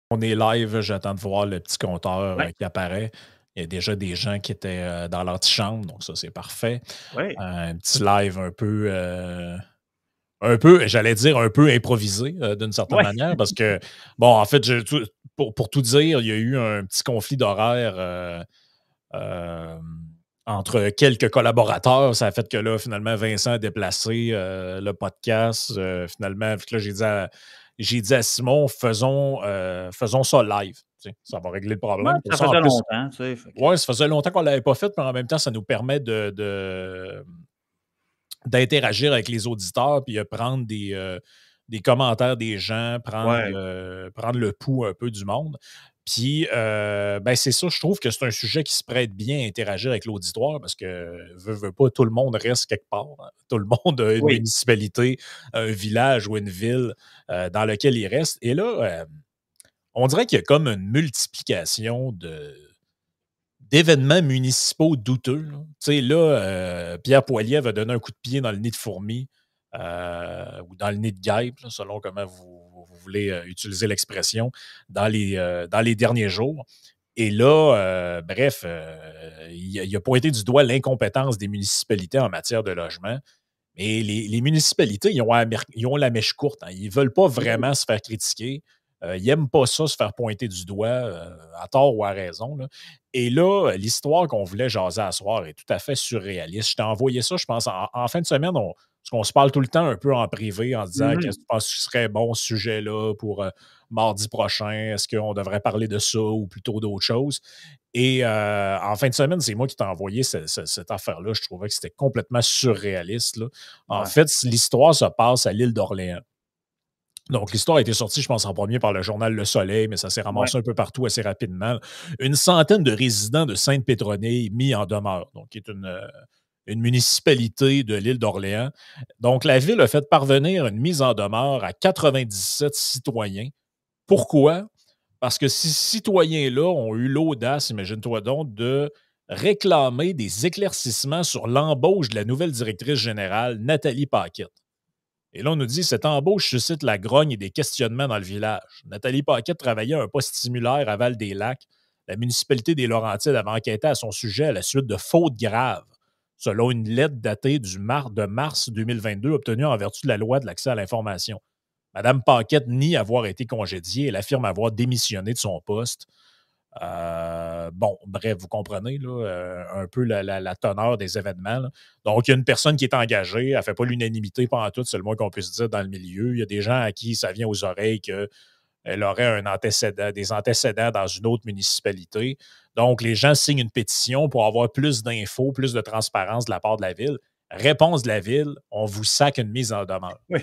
On est live, j'attends de voir le petit compteur Ouais. qui apparaît. Il y a déjà des gens qui étaient dans l'antichambre, donc ça, c'est parfait. Ouais. Un petit live un peu, j'allais dire un peu improvisé d'une certaine Ouais. manière, parce que, bon, en fait, pour tout dire, il y a eu un petit conflit d'horaire euh, entre quelques collaborateurs. Ça a fait que là, finalement, Vincent a déplacé le podcast. Finalement, fait que là, j'ai dit à Simon, faisons ça live. Tu sais, ça va régler le Ouais, problème. Comme ça ça, en faisait plus, longtemps, tu sais, fait que ouais, ça faisait longtemps qu'on ne l'avait pas fait, mais en même temps, ça nous permet d'interagir avec les auditeurs, puis prendre des commentaires des gens, ouais. prendre le pouls un peu du monde. Puis, ben c'est ça, je trouve que c'est un sujet qui se prête bien à interagir avec l'auditoire parce que, veut pas, tout le monde reste quelque part, hein. Tout le monde a une Oui. municipalité, un village ou une ville dans lequel il reste. Et là, on dirait qu'il y a comme une multiplication d'événements municipaux douteux, là. Tu sais, là, Pierre Poilievre a donné un coup de pied dans le nid de fourmi ou dans le nid de guêpe, là, selon comment vous voulez utiliser l'expression, dans les derniers jours. Et là, bref, il a pointé du doigt l'incompétence des municipalités en matière de logement. Mais les municipalités, ils ont la mèche courte, hein. Ils ne veulent pas Oui. vraiment se faire critiquer. Ils n'aiment pas ça, se faire pointer du doigt, à tort ou à raison, là. Et là, l'histoire qu'on voulait jaser à soir est tout à fait surréaliste. Je t'ai envoyé ça, je pense, en fin de semaine. Parce qu'on se parle tout le temps un peu en privé en se disant qu'est-ce Mmh. que tu penses qui serait bon ce sujet-là pour mardi prochain? Est-ce qu'on devrait parler de ça ou plutôt d'autre chose? Et en fin de semaine, c'est moi qui t'ai envoyé cette affaire-là. Je trouvais que c'était complètement surréaliste, là. En Ouais. fait, l'histoire se passe à l'île d'Orléans. Donc, l'histoire a été sortie, je pense, en premier par le journal Le Soleil, mais ça s'est Ouais. ramassé un peu partout assez rapidement. Une centaine de résidents de Sainte-Pétronille mis en demeure, donc qui est une municipalité de l'île d'Orléans. Donc, la ville a fait parvenir une mise en demeure à 97 citoyens. Pourquoi? Parce que ces citoyens-là ont eu l'audace, imagine-toi donc, de réclamer des éclaircissements sur l'embauche de la nouvelle directrice générale, Nathalie Paquette. Et là, on nous dit cette embauche suscite la grogne et des questionnements dans le village. Nathalie Paquette travaillait à un poste similaire à Val-des-Lacs. La municipalité des Laurentides avait enquêté à son sujet à la suite de fautes graves, selon une lettre datée de mars 2022 obtenue en vertu de la loi de l'accès à l'information. Madame Paquette nie avoir été congédiée. Elle affirme avoir démissionné de son poste. Bon, bref, vous comprenez là, un peu la teneur des événements, là. Donc, il y a une personne qui est engagée, elle ne fait pas l'unanimité pendant tout, c'est le moins qu'on puisse dire dans le milieu. Il y a des gens à qui ça vient aux oreilles qu'elle aurait des antécédents dans une autre municipalité. Donc, les gens signent une pétition pour avoir plus d'infos, plus de transparence de la part de la ville. Réponse de la ville, on vous sac une mise en demeure. Oui.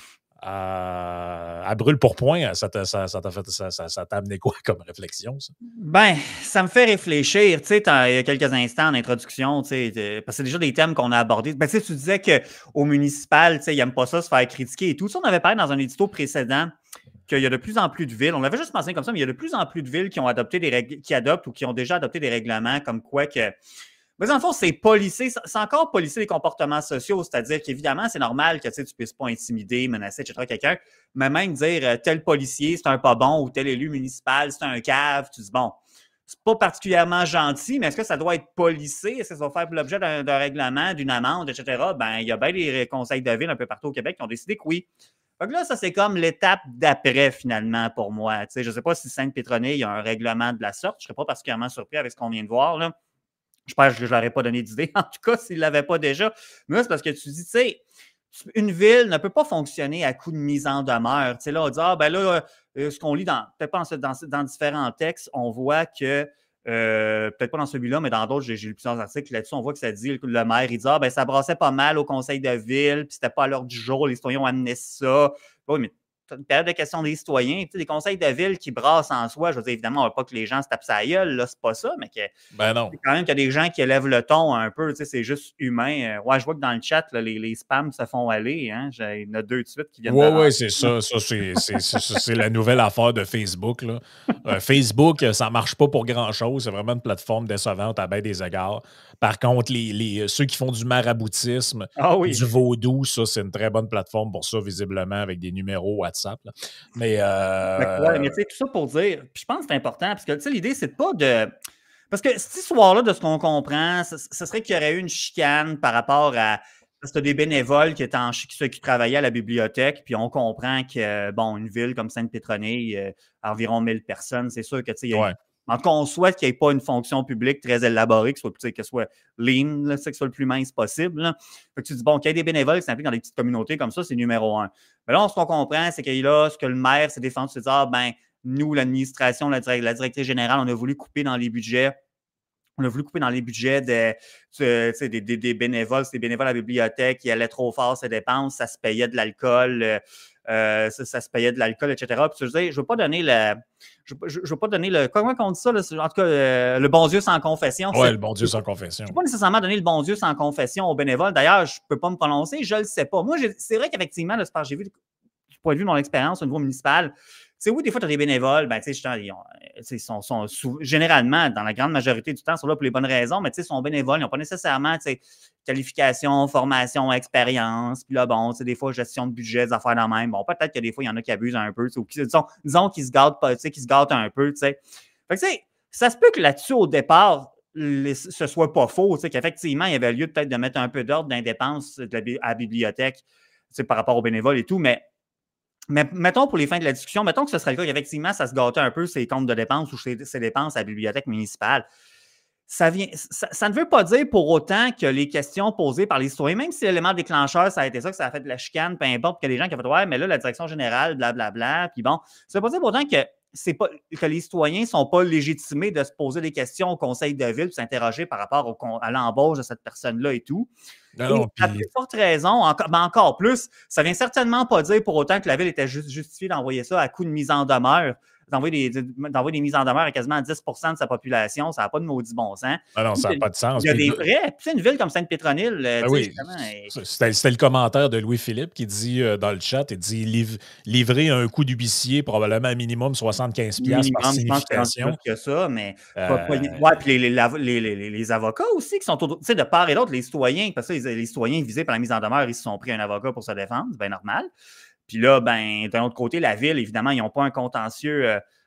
À brûle pour point, ça t'a amené quoi comme réflexion, ça? Ben, ça me fait réfléchir. Tu sais, il y a quelques instants en introduction, tu sais, parce que c'est déjà des thèmes qu'on a abordés. Ben, tu sais, tu disais qu'au municipal, tu sais, ils n'aiment pas ça, se faire critiquer et tout. Ça, on avait parlé dans un édito précédent qu'il y a de plus en plus de villes. On l'avait juste mentionné comme ça, mais il y a de plus en plus de villes qui ont adopté des règles, qui adoptent ou qui ont déjà adopté des règlements comme quoi que. Mais dans le fond, c'est polisser, c'est encore polisser les comportements sociaux, c'est-à-dire qu'évidemment, c'est normal que tu ne puisses pas intimider, menacer, etc. quelqu'un, mais même dire tel policier, c'est un pas bon, ou tel élu municipal, c'est un cave, tu dis bon, c'est pas particulièrement gentil, mais est-ce que ça doit être policé? Est-ce que ça va faire l'objet d'un règlement, d'une amende, etc.? Ben, il y a bien des conseils de ville un peu partout au Québec qui ont décidé que oui. Donc là, ça, c'est comme l'étape d'après, finalement, pour moi. Tu sais, je ne sais pas si Sainte-Pétronille, il y a un règlement de la sorte. Je ne serais pas particulièrement surpris avec ce qu'on vient de voir, là. Je pense que je ne leur ai pas donné d'idée, en tout cas, s'ils ne l'avaient pas déjà. Mais là, c'est parce que tu dis, tu sais, une ville ne peut pas fonctionner à coup de mise en demeure. Tu sais, là, on dit, ah, ben là, ce qu'on lit peut-être pas dans différents textes, on voit que, peut-être pas dans celui-là, mais dans d'autres, j'ai lu plusieurs articles là-dessus, on voit que ça dit, le maire, il dit, ah, ben ça brassait pas mal au conseil de ville, puis c'était pas à l'heure du jour, les citoyens ont amené ça. Oui, mais une période de questions des citoyens, tu sais, des conseils de ville qui brassent en soi. Je veux dire, évidemment, on ne veut pas que les gens se tapent sa gueule, là, c'est pas ça, mais que Ben non. c'est quand même qu'il y a des gens qui élèvent le ton un peu, tu sais, c'est juste humain. Ouais, je vois que dans le chat, là, les spams se font aller, hein. Il y en a deux de suite qui viennent de Ouais, ouais, rentrer. c'est ça. Ça, c'est la nouvelle affaire de Facebook, là. Facebook, ça marche pas pour grand-chose. C'est vraiment une plateforme décevante à bien des égards. Par contre, ceux qui font du maraboutisme, Ah oui, du vaudou, ça, c'est une très bonne plateforme pour ça, visiblement, avec des numéros WhatsApp WhatsApp. Là. Mais, Ouais, mais tu sais, tout ça pour dire, puis je pense que c'est important, parce que l'idée, c'est pas de. Parce que cette histoire-là, de ce qu'on comprend, ce serait qu'il y aurait eu une chicane par rapport à. Parce que des bénévoles qui travaillaient à la bibliothèque, puis on comprend que, bon, une ville comme Sainte-Pétronille, environ 1000 personnes, c'est sûr que, tu sais, ouais. en tout cas, on souhaite qu'il n'y ait pas une fonction publique très élaborée, que ce soit lean, là, que ce soit le plus mince possible. Là. Fait que tu dis, bon, qu'il y ait des bénévoles qui s'impliquent dans des petites communautés comme ça, c'est numéro un. Mais là, ce qu'on comprend, c'est que là, ce que le maire s'est défendu, c'est de dire, ben, nous, l'administration, la directrice générale, on a voulu couper dans les budgets. On a voulu couper dans les budgets des bénévoles. C'est des bénévoles à la bibliothèque qui allaient trop fort ces dépenses. Ça se payait de l'alcool. Ça se payait de l'alcool, etc. Puis, je ne veux pas donner le. Je veux pas donner le. Comment on dit ça? Là? En tout cas, le bon Dieu sans confession. Oui, le bon Dieu sans confession. Je ne veux pas nécessairement donner le bon Dieu sans confession aux bénévoles. D'ailleurs, je ne peux pas me prononcer. Je ne le sais pas. Moi, c'est vrai qu'effectivement, j'ai vu du point de vue de mon expérience au niveau municipal. Oui, des fois, tu as des bénévoles, ben, généralement, dans la grande majorité du temps, ils sont là pour les bonnes raisons, mais ils sont bénévoles, ils n'ont pas nécessairement qualification, formation, expérience. Puis là, bon, des fois, gestion de budget, des affaires dans le même. Bon, peut-être que des fois, il y en a qui abusent un peu, ou disons qu'ils se gâtent pas, qu'ils se gâtent un peu. Fait que, ça se peut que là-dessus, au départ, ce soit pas faux, qu'effectivement, il y avait lieu peut-être de mettre un peu d'ordre dans les dépenses à la bibliothèque par rapport aux bénévoles et tout, mais mettons pour les fins de la discussion, mettons que ce serait le cas qu'effectivement, ça se gâtait un peu ses comptes de dépenses ou ses dépenses à la bibliothèque municipale. Ça ne veut pas dire pour autant que les questions posées par les citoyens, même si l'élément déclencheur, ça a été ça, que ça a fait de la chicane, peu importe, que les gens qui ont fait ouais, mais là, la direction générale, blablabla, puis bon, ça ne veut pas dire pour autant que les citoyens ne sont pas légitimés de se poser des questions au conseil de ville, de s'interroger par rapport à l'embauche de cette personne-là et tout. Non, et à plus forte raison, encore plus, ça ne vient certainement pas dire pour autant que la ville était justifiée d'envoyer ça à coup de mise en demeure, d'envoyer des mises en demeure à quasiment 10 de sa population. Ça n'a pas de maudit bon sens. Ah non, ça n'a pas de sens. Il y a des frais. Puis une ville comme Sainte-Pétronille, oui, c'était le commentaire de Louis-Philippe qui dit dans le chat, il dit livrer un coût d'huissier probablement minimum 75$ par signification. Que ça, mais ouais, puis les avocats aussi qui sont de part et d'autre, les citoyens, parce que les citoyens visés par la mise en demeure, ils se sont pris un avocat pour se défendre, c'est bien normal. Puis là, ben, d'un autre côté, la ville, évidemment, ils n'ont pas un contentieux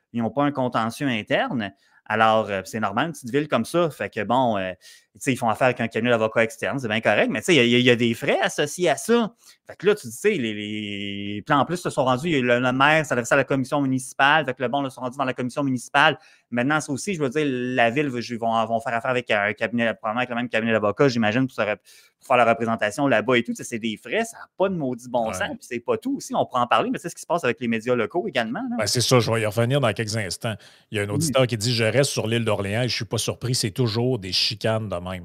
interne. Alors, c'est normal, une petite ville comme ça. Fait que bon, ils font affaire avec un cabinet d'avocats externe, c'est bien correct, mais il y a des frais associés à ça. Fait que là, tu dis, puis en plus, ils se sont rendus, le maire s'adressait à la commission municipale. Fait que ils se sont rendus dans la commission municipale. Maintenant, ça aussi, je veux dire, la ville vont faire affaire avec un cabinet, probablement avec le même cabinet d'avocats, j'imagine, pour faire la représentation là-bas et tout. C'est des frais, ça n'a pas de maudit bon sens. Puis c'est pas tout aussi, on pourra en parler, mais c'est ce qui se passe avec les médias locaux également. Ben, c'est ça, je vais y revenir dans quelques instants. Il y a un auditeur qui dit « Je reste sur l'île d'Orléans et je ne suis pas surpris, c'est toujours des chicanes de même. »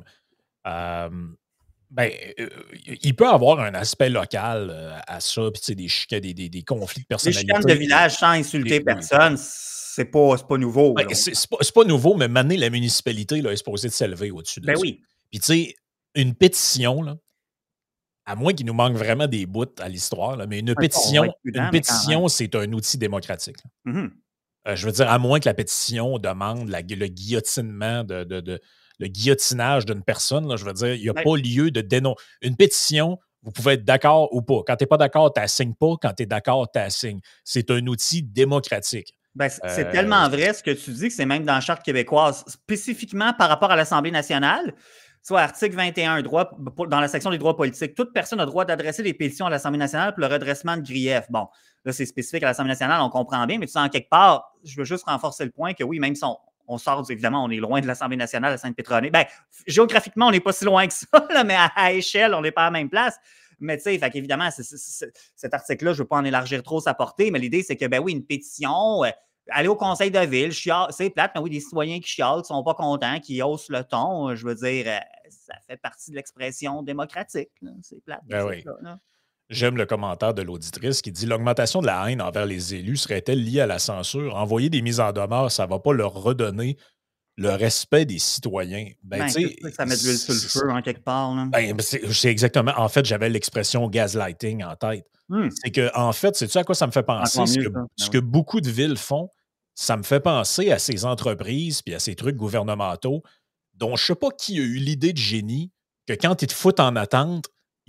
Il peut avoir un aspect local à ça, puis des chicanes, des conflits de personnalité. Des chicanes de village sans insulter personne, c'est pas nouveau. Ben, c'est pas nouveau, mais maintenant, la municipalité là, est supposée de s'élever au-dessus de ça. Oui. Puis, tu sais, une pétition, là, à moins qu'il nous manque vraiment des bouts à l'histoire, là, mais une pétition, c'est un outil démocratique. Je veux dire, à moins que la pétition demande le guillotinement le guillotinage d'une personne, là, je veux dire, il n'y a pas lieu de dénoncer. Une pétition, vous pouvez être d'accord ou pas. Quand tu n'es pas d'accord, tu n'assignes pas. Quand tu es d'accord, tu assignes. C'est un outil démocratique. Ben, c'est tellement vrai ce que tu dis que c'est même dans la Charte québécoise, spécifiquement par rapport à l'Assemblée nationale. Soit article 21, dans la section des droits politiques, toute personne a droit d'adresser des pétitions à l'Assemblée nationale pour le redressement de griefs. Bon, là, c'est spécifique à l'Assemblée nationale, on comprend bien, mais tu sais, en quelque part, je veux juste renforcer le point que oui, même si on sort, évidemment, on est loin de l'Assemblée nationale à Sainte-Pétronille. Ben, géographiquement, on n'est pas si loin que ça, là, mais à échelle, on n'est pas à la même place. Mais tu sais, fait qu'évidemment, cet article-là, je ne veux pas en élargir trop sa portée, mais l'idée, c'est que, ben oui, une pétition, aller au conseil de ville, c'est plate, mais oui, des citoyens qui chialent, qui ne sont pas contents, qui haussent le ton, je veux dire, ça fait partie de l'expression démocratique. Là. C'est plate. Ben oui. J'aime le commentaire de l'auditrice qui dit « L'augmentation de la haine envers les élus serait-elle liée à la censure? Envoyer des mises en demeure, ça ne va pas leur redonner le respect des citoyens. » Ça met de l'huile sur le feu, en quelque part. C'est exactement... En fait, j'avais l'expression « gaslighting » en tête. C'est que, en fait, sais-tu à quoi ça me fait penser? Ce que beaucoup de villes font, ça me fait penser à ces entreprises puis à ces trucs gouvernementaux dont je ne sais pas qui a eu l'idée de génie que quand ils te foutent en attente,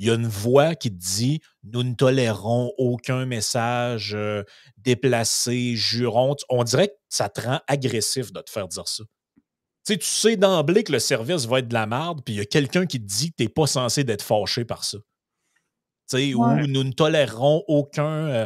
il y a une voix qui te dit « Nous ne tolérons aucun message déplacé, jurons. » On dirait que ça te rend agressif de te faire dire ça. Tu sais d'emblée que le service va être de la merde, puis il y a quelqu'un qui te dit que tu n'es pas censé d'être fâché par ça. Ou nous ne tolérerons aucun.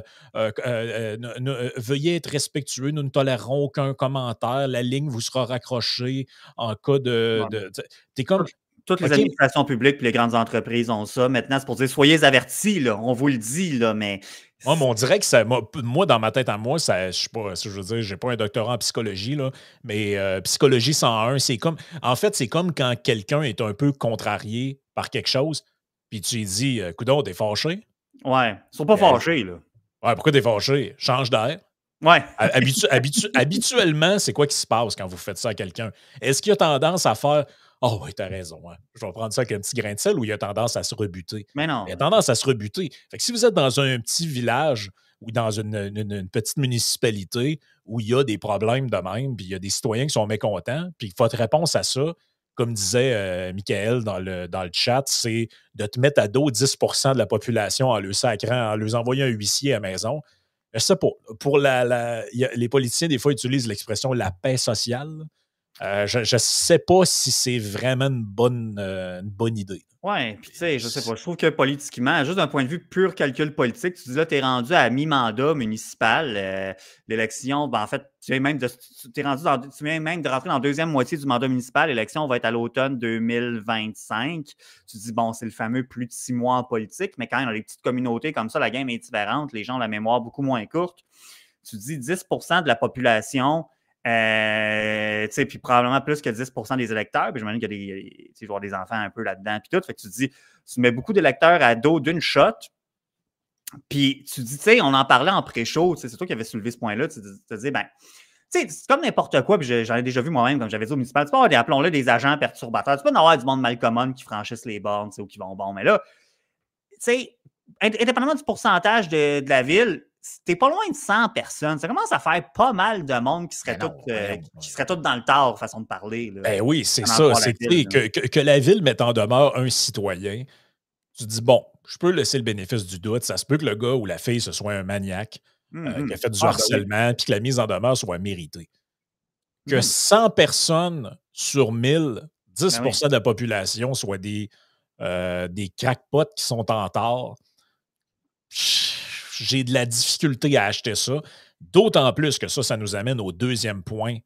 Veuillez être respectueux, nous ne tolérerons aucun commentaire. La ligne vous sera raccrochée en cas de. T'es comme. Toutes les administrations publiques et les grandes entreprises ont ça. Maintenant, c'est pour dire soyez avertis, là, on vous le dit, là, mais. Moi, on dirait que ça. Moi, dans ma tête à moi, ça, je sais pas, je veux dire, j'ai pas un doctorat en psychologie, là, mais psychologie 101, c'est comme. En fait, c'est comme quand quelqu'un est un peu contrarié par quelque chose, puis tu lui dis coudonc, t'es fâché? Ouais. Ils sont pas fâchés, là. Ouais, pourquoi t'es fâché? Change d'air. Ouais. Habituellement, c'est quoi qui se passe quand vous faites ça à quelqu'un? Est-ce qu'il a tendance à faire oh oui, t'as raison, hein. Je vais prendre ça avec un petit grain de sel ou il a tendance à se rebuter? Mais non. Il a tendance à se rebuter. Fait que si vous êtes dans un petit village ou dans une petite municipalité où il y a des problèmes de même, puis il y a des citoyens qui sont mécontents, puis votre réponse à ça, comme disait Michael dans le chat, c'est de te mettre à dos 10% de la population en leur sacrant, en leur envoyant un huissier à la maison. Je sais pas. Pour les politiciens, des fois, utilisent l'expression la paix sociale. Je ne sais pas si c'est vraiment une bonne idée. Oui, puis tu sais, je sais pas. Je trouve que politiquement, juste d'un point de vue pur calcul politique, tu dis là, tu es rendu à mi-mandat municipal. L'élection, ben, en fait, tu viens même de rentrer dans la deuxième moitié du mandat municipal. L'élection va être à l'automne 2025. Tu dis, bon, c'est le fameux plus de 6 mois en politique, mais quand même, dans les petites communautés comme ça, la game est différente. Les gens ont la mémoire beaucoup moins courte. Tu dis 10% de la population. Puis probablement plus que 10% des électeurs. Puis j'imagine qu'il y a des enfants un peu là-dedans. Puis tout. Fait que tu dis, tu mets beaucoup d'électeurs à dos d'une shot. Puis tu dis, tu sais, on en parlait en pré-show. C'est toi qui avais soulevé ce point-là. Tu te dis, ben, tu sais, c'est comme n'importe quoi. Puis j'en ai déjà vu moi-même, comme j'avais dit au municipal. Tu peux avoir des, appelons-le, des agents perturbateurs. Tu peux en avoir du monde malcommode qui franchissent les bornes ou qui vont bon. Mais là, tu sais, indépendamment du pourcentage de la ville, t'es pas loin de 100 personnes. Ça commence à faire pas mal de monde qui serait tout dans le tard, façon de parler. Là, ben oui, c'est ça. Que la ville mette en demeure un citoyen. Tu te dis, bon, je peux laisser le bénéfice du doute. Ça se peut que le gars ou la fille, ce soit un maniaque qui a fait du harcèlement puis que la mise en demeure soit méritée. Que 100 personnes sur 1000, 10% de la population soient des crackpots qui sont en tort. J'ai de la difficulté à acheter ça. D'autant plus que ça nous amène au deuxième point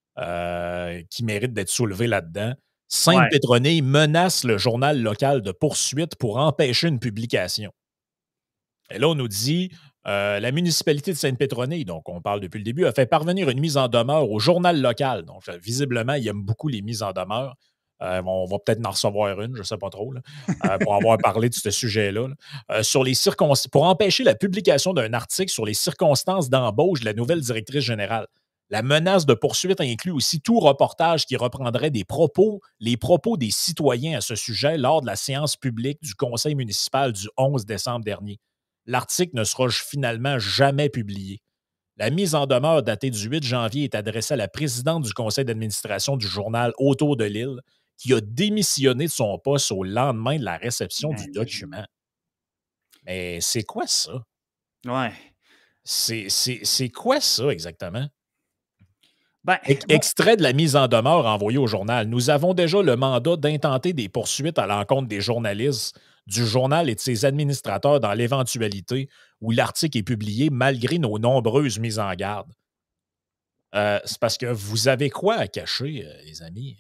qui mérite d'être soulevé là-dedans. Sainte-Pétronille menace le journal local de poursuite pour empêcher une publication. Et là, on nous dit la municipalité de Sainte-Pétronille, donc on parle depuis le début, a fait parvenir une mise en demeure au journal local. Donc, visiblement, il aime beaucoup les mises en demeure. On va peut-être en recevoir une, je ne sais pas trop, là, pour avoir parlé de ce sujet-là. Pour empêcher la publication d'un article sur les circonstances d'embauche de la nouvelle directrice générale. La menace de poursuite inclut aussi tout reportage qui reprendrait les propos des citoyens à ce sujet lors de la séance publique du conseil municipal du 11 décembre dernier. L'article ne sera finalement jamais publié. La mise en demeure datée du 8 janvier est adressée à la présidente du conseil d'administration du journal Autour de l'île, qui a démissionné de son poste au lendemain de la réception du document. Mais c'est quoi ça? Ouais. C'est quoi ça exactement? Ben, Extrait de la mise en demeure envoyée au journal. Nous avons déjà le mandat d'intenter des poursuites à l'encontre des journalistes du journal et de ses administrateurs dans l'éventualité où l'article est publié malgré nos nombreuses mises en garde. C'est parce que vous avez quoi à cacher, les amis?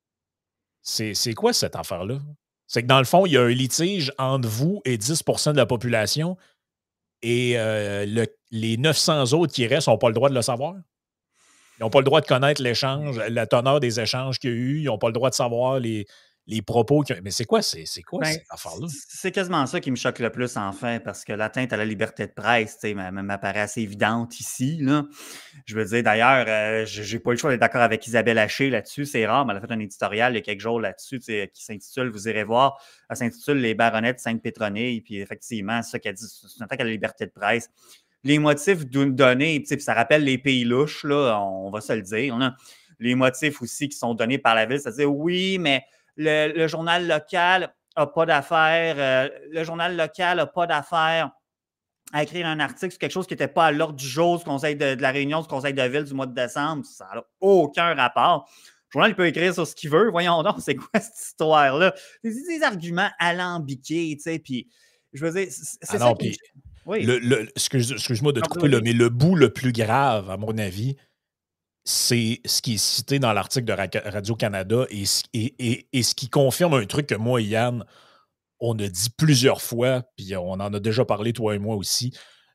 C'est quoi cette affaire-là? C'est que dans le fond, il y a un litige entre vous et 10% de la population et les 900 autres qui restent n'ont pas le droit de le savoir? Ils n'ont pas le droit de connaître l'échange, la teneur des échanges qu'il y a eu. Ils n'ont pas le droit de savoir les propos. Mais c'est quoi cette affaire-là? C'est quasiment ça qui me choque le plus, enfin, parce que l'atteinte à la liberté de presse m'apparaît assez évidente ici. Là. Je veux dire, d'ailleurs, j'ai pas eu le choix d'être d'accord avec Isabelle Haché là-dessus. C'est rare, mais elle a fait un éditorial il y a quelques jours là-dessus qui s'intitule, vous irez voir, elle s'intitule Les baronnettes Sainte-Pétronille. Puis effectivement, c'est ça qu'elle dit, c'est une attaque à la liberté de presse. Les motifs donnés, ça rappelle les pays louches, là, on va se le dire. On a les motifs aussi qui sont donnés par la ville, c'est-à-dire, oui, mais le journal local n'a pas d'affaire, le journal local n'a pas d'affaire à écrire un article sur quelque chose qui n'était pas à l'ordre du jour du conseil de la réunion du conseil de ville du mois de décembre. Ça n'a aucun rapport. Le journal, il peut écrire sur ce qu'il veut. Voyons donc, c'est quoi cette histoire-là? C'est des arguments alambiqués, tu sais, puis je veux dire, c'est ça qui... Oui. Excuse-moi de te couper, mais le bout le plus grave, à mon avis, c'est ce qui est cité dans l'article de Radio-Canada et ce qui confirme un truc que moi et Yann, on a dit plusieurs fois, puis on en a déjà parlé, toi et moi aussi.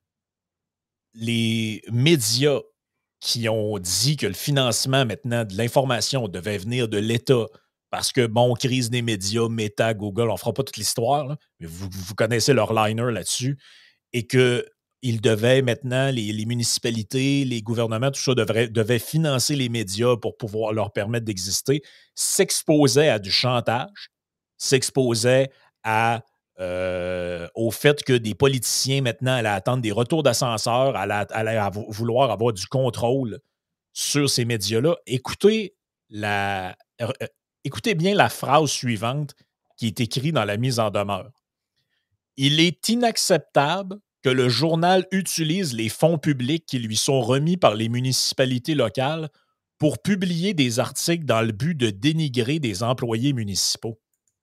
Les médias qui ont dit que le financement maintenant de l'information devait venir de l'État parce que, bon, crise des médias, Meta, Google, on ne fera pas toute l'histoire, mais vous connaissez leur liner là-dessus, et qu'ils devaient maintenant, les municipalités, les gouvernements, tout ça devaient financer les médias pour pouvoir leur permettre d'exister, s'exposaient à du chantage, s'exposaient au fait que des politiciens maintenant allaient attendre des retours d'ascenseur, allaient vouloir avoir du contrôle sur ces médias-là. Écoutez bien la phrase suivante qui est écrite dans la mise en demeure. Il est inacceptable que le journal utilise les fonds publics qui lui sont remis par les municipalités locales pour publier des articles dans le but de dénigrer des employés municipaux.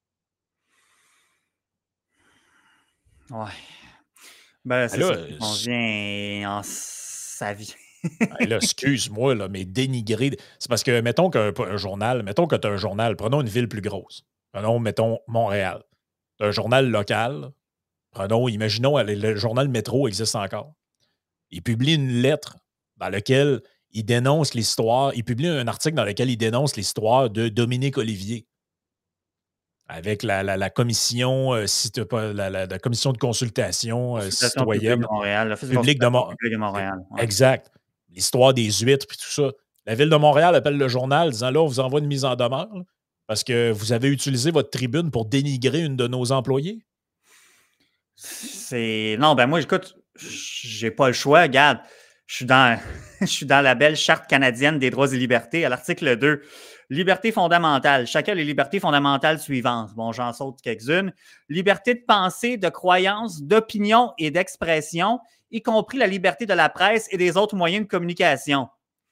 Ouais. Ben, c'est ça. On vient en sa vie. Là, excuse-moi, là, mais dénigrer. C'est parce que, mettons que tu as un journal, prenons une ville plus grosse. Mettons Montréal. Tu as un journal local. Imaginons, le journal Métro existe encore. Il publie une lettre dans laquelle il dénonce l'histoire. Il publie un article dans lequel il dénonce l'histoire de Dominique Olivier. Avec la commission, la commission de consultation citoyenne. Publique de Montréal. Ouais. Exact. L'histoire des huîtres et tout ça. La Ville de Montréal appelle le journal disant là, on vous envoie une mise en demeure là, parce que vous avez utilisé votre tribune pour dénigrer une de nos employés. Non, ben moi, écoute, j'ai pas le choix. Regarde, je suis dans la belle Charte canadienne des droits et libertés à l'article 2. Liberté fondamentale. Chacun les libertés fondamentales suivantes. Bon, j'en saute quelques-unes. Liberté de pensée, de croyance, d'opinion et d'expression, y compris la liberté de la presse et des autres moyens de communication.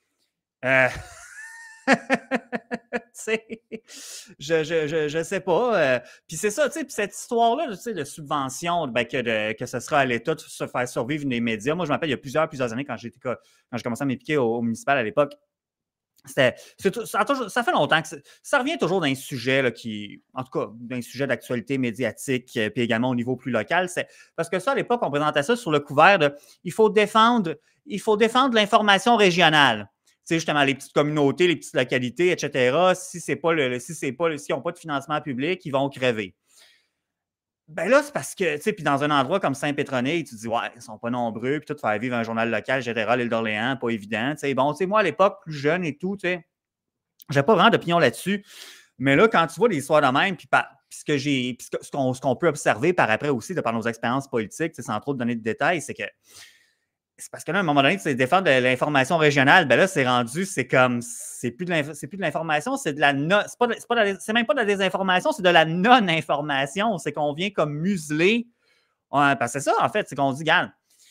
Je sais pas. Puis c'est ça, tu sais, puis cette histoire-là, tu sais, de subvention, ben, que ce sera à l'État de se faire survivre des médias. Moi, je m'appelle il y a plusieurs années quand j'ai commencé à m'impliquer au municipal à l'époque. Ça fait longtemps que ça revient toujours dans un sujet là, en tout cas, d'un sujet d'actualité médiatique, puis également au niveau plus local. C'est parce que ça, à l'époque, on présentait ça sur le couvert de il faut défendre l'information régionale. Tu sais, justement, les petites communautés, les petites localités, etc. Si ils n'ont pas de financement public, ils vont crever. Ben là, c'est parce que, tu sais, puis dans un endroit comme Saint-Pétronille, tu te dis, ouais, ils sont pas nombreux, puis tout faire vivre un journal local général, l'île d'Orléans, pas évident. Tu sais, bon, tu sais, moi, à l'époque, plus jeune et tout, tu sais, j'avais pas vraiment d'opinion là-dessus. Mais là, quand tu vois des histoires de même, puis ce qu'on peut observer par après aussi, de par nos expériences politiques, sans trop te donner de détails, c'est parce que là, à un moment donné, tu sais, défendre de l'information régionale, ben là, c'est plus de l'information, c'est même pas de la désinformation, c'est de la non-information. C'est qu'on vient comme museler. Parce que c'est ça, en fait, c'est qu'on dit, regarde,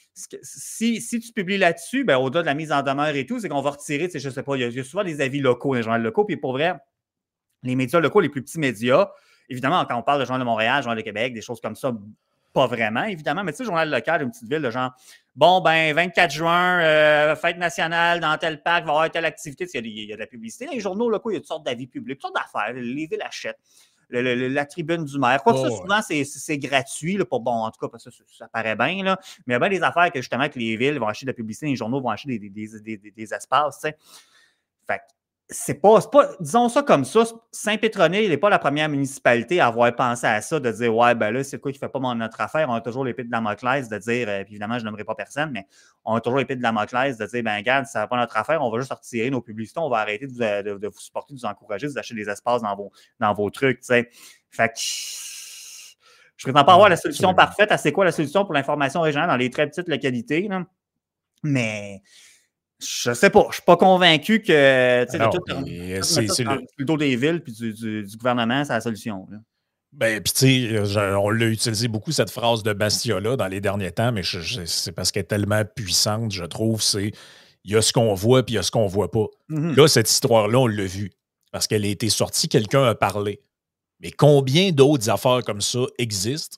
si tu publies là-dessus, ben, au-delà de la mise en demeure et tout, c'est qu'on va retirer, tu sais, je sais pas, il y a souvent des avis locaux dans les journaux locaux, puis pour vrai, les médias locaux, les plus petits médias, évidemment, quand on parle de Journal de Montréal, Journal de Québec, des choses comme ça, pas vraiment, évidemment, mais tu sais, journal local d'une petite ville, de genre, bon, ben, 24 juin, fête nationale dans tel parc, va y avoir telle activité. Il y a de la publicité. Dans les journaux locaux, il y a toutes sortes d'avis publics, toutes sortes d'affaires. Les villes achètent. La tribune du maire. Quoi que ça, souvent, c'est gratuit. Là, en tout cas, parce que ça paraît bien. Là, mais il y a bien des affaires que, justement, que les villes vont acheter de la publicité, les journaux vont acheter des espaces. Tu sais. Fait que, c'est pas, disons ça comme ça, Saint-Pétronille n'est pas la première municipalité à avoir pensé à ça, de dire, ouais, ben là, c'est quoi qui ne fait pas notre affaire? On a toujours l'épée de Damoclès de dire, puis évidemment, je n'aimerais pas personne, mais on a toujours l'épée de Damoclès de dire, ben regarde, ça ne fait pas notre affaire, on va juste retirer nos publicités, on va arrêter de vous supporter, de vous encourager, de vous acheter des espaces dans vos trucs, tu sais. Fait que je ne prétends pas avoir la solution parfaite à c'est quoi la solution pour l'information régionale dans les très petites localités, là. Mais je sais pas. Je suis pas convaincu que c'est le dos des villes et du gouvernement, c'est la solution. Là. Ben, puis tu sais, on l'a utilisé beaucoup, cette phrase de Bastia-là, dans les derniers temps, mais c'est parce qu'elle est tellement puissante, je trouve, c'est il y a ce qu'on voit, puis il y a ce qu'on voit pas. Mhm. Là, cette histoire-là, on l'a vue, parce qu'elle a été sortie, quelqu'un a parlé. Mais combien d'autres affaires comme ça existent,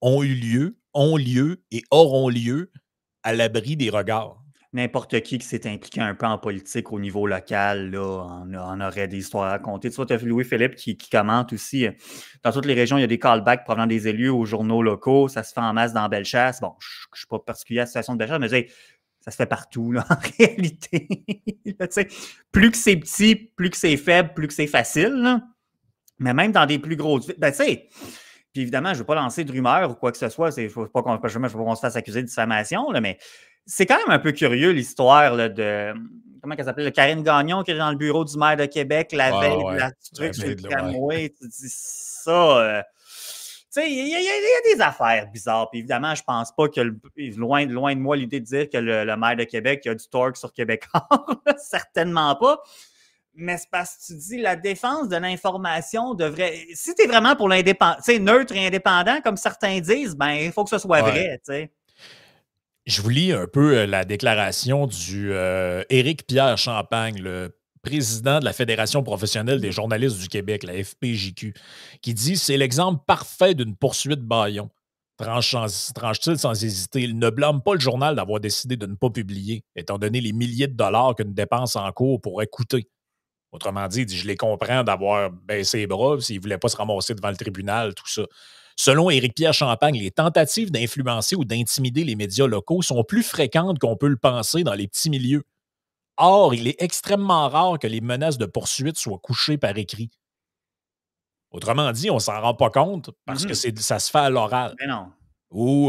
ont lieu et auront lieu à l'abri des regards? N'importe qui s'est impliqué un peu en politique au niveau local, là, en aurait des histoires à raconter. Tu vois, tu as Louis-Philippe qui commente aussi. Dans toutes les régions, il y a des callbacks provenant des élus aux journaux locaux. Ça se fait en masse dans Bellechasse. Bon, je ne suis pas particulier à la situation de Bellechasse, mais ça se fait partout, là, en réalité. Là, plus que c'est petit, plus que c'est faible, plus que c'est facile. Là. Mais même dans des plus grosses villes, ben, tu sais, puis évidemment, je ne veux pas lancer de rumeurs ou quoi que ce soit. Je ne veux pas qu'on se fasse accuser de diffamation, là, mais c'est quand même un peu curieux l'histoire là, de. Comment elle s'appelait? Karine Gagnon qui est dans le bureau du maire de Québec la veille de la truc sur le tramway. Tu dis ça. Tu sais, il y a des affaires bizarres. Puis évidemment, je pense pas que loin de moi l'idée de dire que le maire de Québec a du torque sur Québécois. Certainement pas. Mais c'est parce que tu dis la défense de l'information devrait. Si tu es vraiment pour l'indépendant, tu sais, neutre et indépendant, comme certains disent, ben il faut que ce soit vrai, tu sais. Je vous lis un peu la déclaration du Éric Pierre Champagne, le président de la Fédération professionnelle des journalistes du Québec, la FPJQ, qui dit: c'est l'exemple parfait d'une poursuite bâillon. Tranche-t-il sans hésiter. Il ne blâme pas le journal d'avoir décidé de ne pas publier, étant donné les milliers de dollars qu'une dépense en cours pourrait coûter. Autrement dit, il dit: je les comprends d'avoir baissé les bras s'ils ne voulaient pas se ramasser devant le tribunal, tout ça. Selon Éric-Pierre Champagne, les tentatives d'influencer ou d'intimider les médias locaux sont plus fréquentes qu'on peut le penser dans les petits milieux. Or, il est extrêmement rare que les menaces de poursuite soient couchées par écrit. Autrement dit, on s'en rend pas compte parce que ça se fait à l'oral. Mais non. Ou,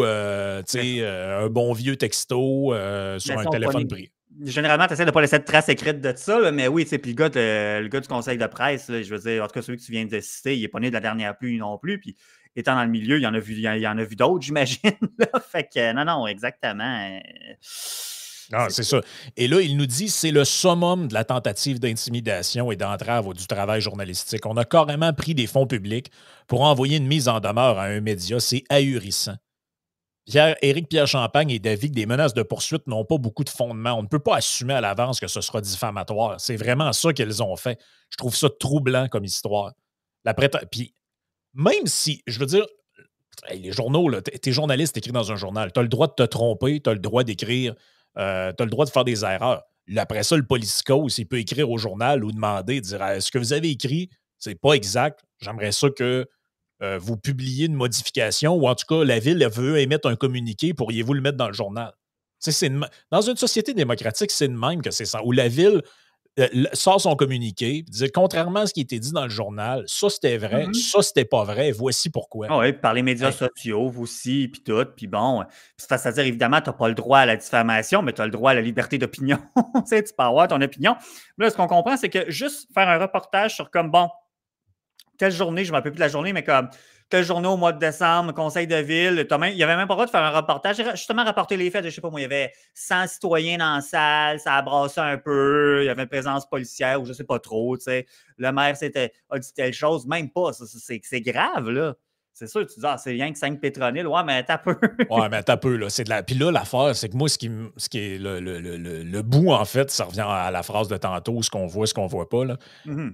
un bon vieux texto sur un téléphone privé. Généralement, tu essaies de ne pas laisser de traces écrites de ça, là, mais oui, tu sais, puis le gars du conseil de presse, là, je veux dire, en tout cas, celui que tu viens de citer, il n'est pas né de la dernière pluie non plus, puis étant dans le milieu, il y en a vu d'autres, j'imagine. Fait que, non, exactement. Non, c'est ça. Et là, il nous dit c'est le summum de la tentative d'intimidation et d'entrave du travail journalistique. On a carrément pris des fonds publics pour envoyer une mise en demeure à un média. C'est ahurissant. Éric Pierre Champagne est d'avis que des menaces de poursuite n'ont pas beaucoup de fondement. On ne peut pas assumer à l'avance que ce sera diffamatoire. C'est vraiment ça qu'elles ont fait. Je trouve ça troublant comme histoire. Puis, même si, je veux dire, les journaux, t'es journaliste, t'écris dans un journal. Tu as le droit de te tromper, tu as le droit d'écrire, tu as le droit de faire des erreurs. Après ça, le politicos, il peut écrire au journal ou demander, dire: est-ce que vous avez écrit, c'est pas exact. J'aimerais ça que vous publiez une modification ou en tout cas, la Ville veut émettre un communiqué, pourriez-vous le mettre dans le journal? Dans une société démocratique, c'est de même que c'est ça. Où la Ville sort son communiqué, dit: contrairement à ce qui était dit dans le journal, ça c'était vrai, ça c'était pas vrai, voici pourquoi. Oui, par les médias sociaux aussi, puis tout, puis bon. C'est-à-dire, évidemment, tu n'as pas le droit à la diffamation, mais tu as le droit à la liberté d'opinion. Tu sais, tu peux avoir ton opinion. Là, ce qu'on comprend, c'est que juste faire un reportage sur comme, bon, telle journée, je ne me rappelle plus de la journée, mais comme telle journée au mois de décembre, conseil de ville, il n'y avait même pas le droit de faire un reportage. Justement, rapporter les faits, je ne sais pas moi, il y avait 100 citoyens dans la salle, ça a brassé un peu, il y avait une présence policière ou je ne sais pas trop, tu sais. Le maire a dit telle chose, même pas, c'est grave, là. C'est sûr, tu dis, c'est rien que 5 pétroniles. Ouais, mais t'as peu. Ouais, mais t'as peu, là. Puis là, l'affaire, c'est que moi, ce qui est le bout, en fait, ça revient à la phrase de tantôt, ce qu'on voit pas, là.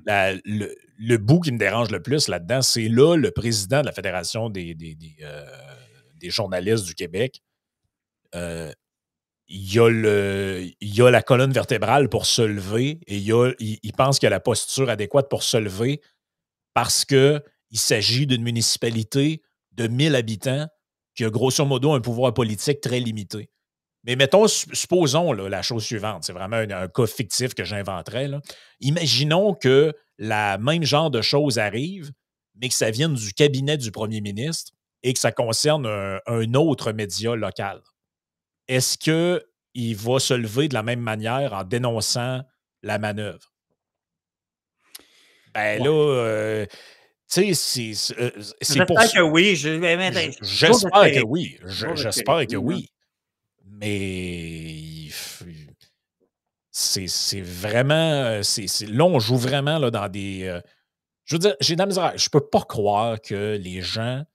Le bout qui me dérange le plus là-dedans, c'est là le président de la Fédération des journalistes du Québec. Il y a la colonne vertébrale pour se lever et il pense qu'il y a la posture adéquate pour se lever parce qu'il s'agit d'une municipalité de 1000 habitants qui a grosso modo un pouvoir politique très limité. Mais mettons, supposons là, la chose suivante, c'est vraiment un cas fictif que j'inventerais. Là. Imaginons que la même genre de choses arrive, mais que ça vienne du cabinet du premier ministre et que ça concerne un autre média local. Est-ce qu'il va se lever de la même manière en dénonçant la manœuvre? Ben là, tu sais, c'est pour J'espère ça. que oui. J'espère que oui. J'espère que oui. Mais c'est vraiment. Là, on joue vraiment là, dans des. Je veux dire, j'ai de la misère. Je peux pas croire que les gens,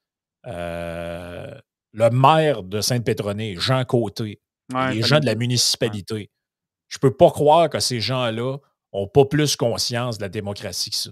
euh, le maire de Sainte-Pétronée, Jean Côté, et Ouais, les ça gens me de la dit ça. Ouais. municipalité, je peux pas croire que ces gens-là ont pas plus conscience de la démocratie que ça.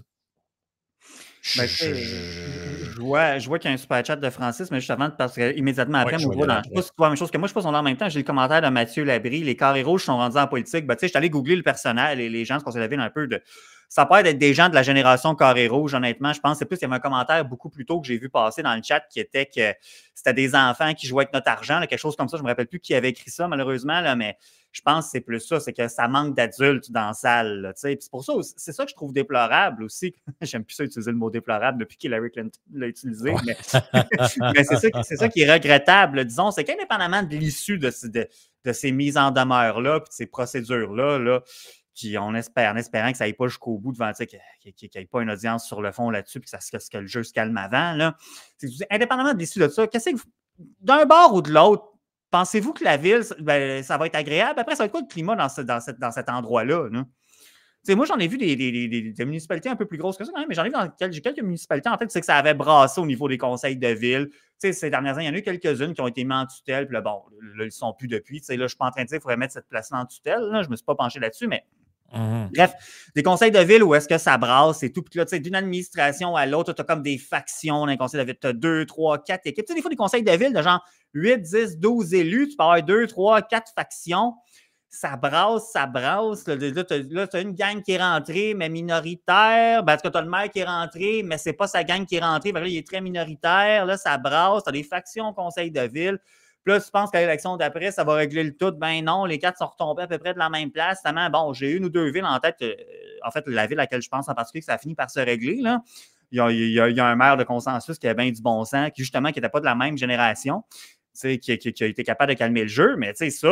Ben, tu sais, je vois qu'il y a un super chat de Francis, mais juste avant, parce qu'immédiatement Oui, après, je moi, vais je y vois aller dans, je sais pas après. si tu vois la même chose que moi, je pense qu'on est en même temps, j'ai le commentaire de Mathieu Labrie, les carrés rouges sont rendus en politique. Ben, tu sais, je suis allé googler le personnel et les gens, ce qu'on s'est levé un peu de. Ça peut être des gens de la génération carré rouge, honnêtement. Je pense que c'est plus, il y avait un commentaire beaucoup plus tôt que j'ai vu passer dans le chat qui était que c'était des enfants qui jouaient avec notre argent, là, quelque chose comme ça. Je me rappelle plus qui avait écrit ça, malheureusement, là, mais je pense que c'est plus ça, c'est que ça manque d'adultes dans la salle. Là, c'est pour ça, c'est ça que je trouve déplorable aussi. J'aime plus ça utiliser le mot déplorable depuis qu'Hillary Clinton l'a utilisé, mais, mais c'est ça qui est regrettable, disons, c'est qu'indépendamment de l'issue de ces mises en demeure-là, puis de ces procédures-là, là, qui, en espérant que ça n'aille pas jusqu'au bout devant, qu'il n'y ait pas une audience sur le fond là-dessus, puis que le jeu se calme avant, là, indépendamment de l'issue de ça, qu'est-ce que d'un bord ou de l'autre, pensez-vous que la ville, ben, ça va être agréable? Après, ça va être quoi le climat dans cet endroit-là? Là? Moi, j'en ai vu des municipalités un peu plus grosses que ça, quand même, mais j'en ai vu j'ai quelques municipalités en tête, c'est que ça avait brassé au niveau des conseils de ville. Ces dernières années, il y en a eu quelques-unes qui ont été mises en tutelle, puis là, bon, là, ils ne sont plus depuis. Là, je ne suis pas en train de dire qu'il faudrait mettre cette place-là en tutelle. Là, je ne me suis pas penché là-dessus, mais bref, des conseils de ville où est-ce que ça brasse et tout. Puis là, tu sais, d'une administration à l'autre, tu as comme des factions dans les conseils de ville. Tu as 2, 3, 4 équipes. Tu sais, des fois, des conseils de ville de genre 8, 10, 12 élus, tu peux avoir 2, 3, 4 factions. Ça brasse, ça brasse. Là, tu as une gang qui est rentrée, mais minoritaire. Ben, tu as le maire qui est rentré, mais c'est pas sa gang qui est rentrée. Là, il est très minoritaire. Là, ça brasse. Tu as des factions au conseil de ville. Puis là, tu penses qu'à l'élection d'après, ça va régler le tout. Ben non, les quatre sont retombés à peu près de la même place. Bon, j'ai une ou deux villes en tête. En fait, la ville à laquelle je pense en particulier, que ça a fini par se régler. Là. Il y a un maire de consensus qui a bien du bon sens, qui justement qui n'était pas de la même génération, qui a été capable de calmer le jeu. Mais tu sais, ça,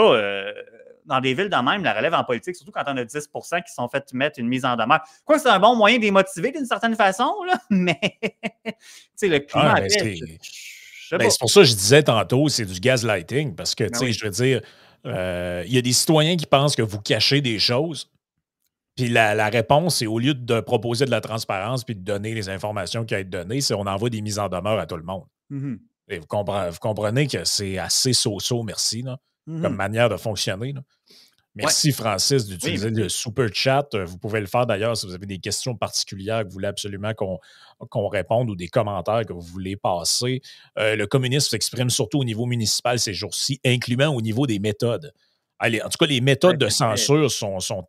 dans des villes de même, la relève en politique, surtout quand on a 10 qui sont fait mettre une mise en demeure. Quoi que c'est un bon moyen de les motiver d'une certaine façon, là, mais le climat Ah, après, c'est pour ça que je disais tantôt, c'est du gaslighting, parce que, tu sais, oui. je veux dire, il y a des citoyens qui pensent que vous cachez des choses, puis la réponse, c'est au lieu de proposer de la transparence puis de donner les informations qui ont été données, c'est on envoie des mises en demeure à tout le monde. Mm-hmm. Et vous comprenez que c'est assez so-so, merci, là, comme Mm-hmm. manière de fonctionner. Là. Merci, Francis, d'utiliser le super chat. Vous pouvez le faire d'ailleurs si vous avez des questions particulières que vous voulez absolument qu'on réponde ou des commentaires que vous voulez passer. Le communisme s'exprime surtout au niveau municipal ces jours-ci, incluant au niveau des méthodes. En tout cas, les méthodes de censure sont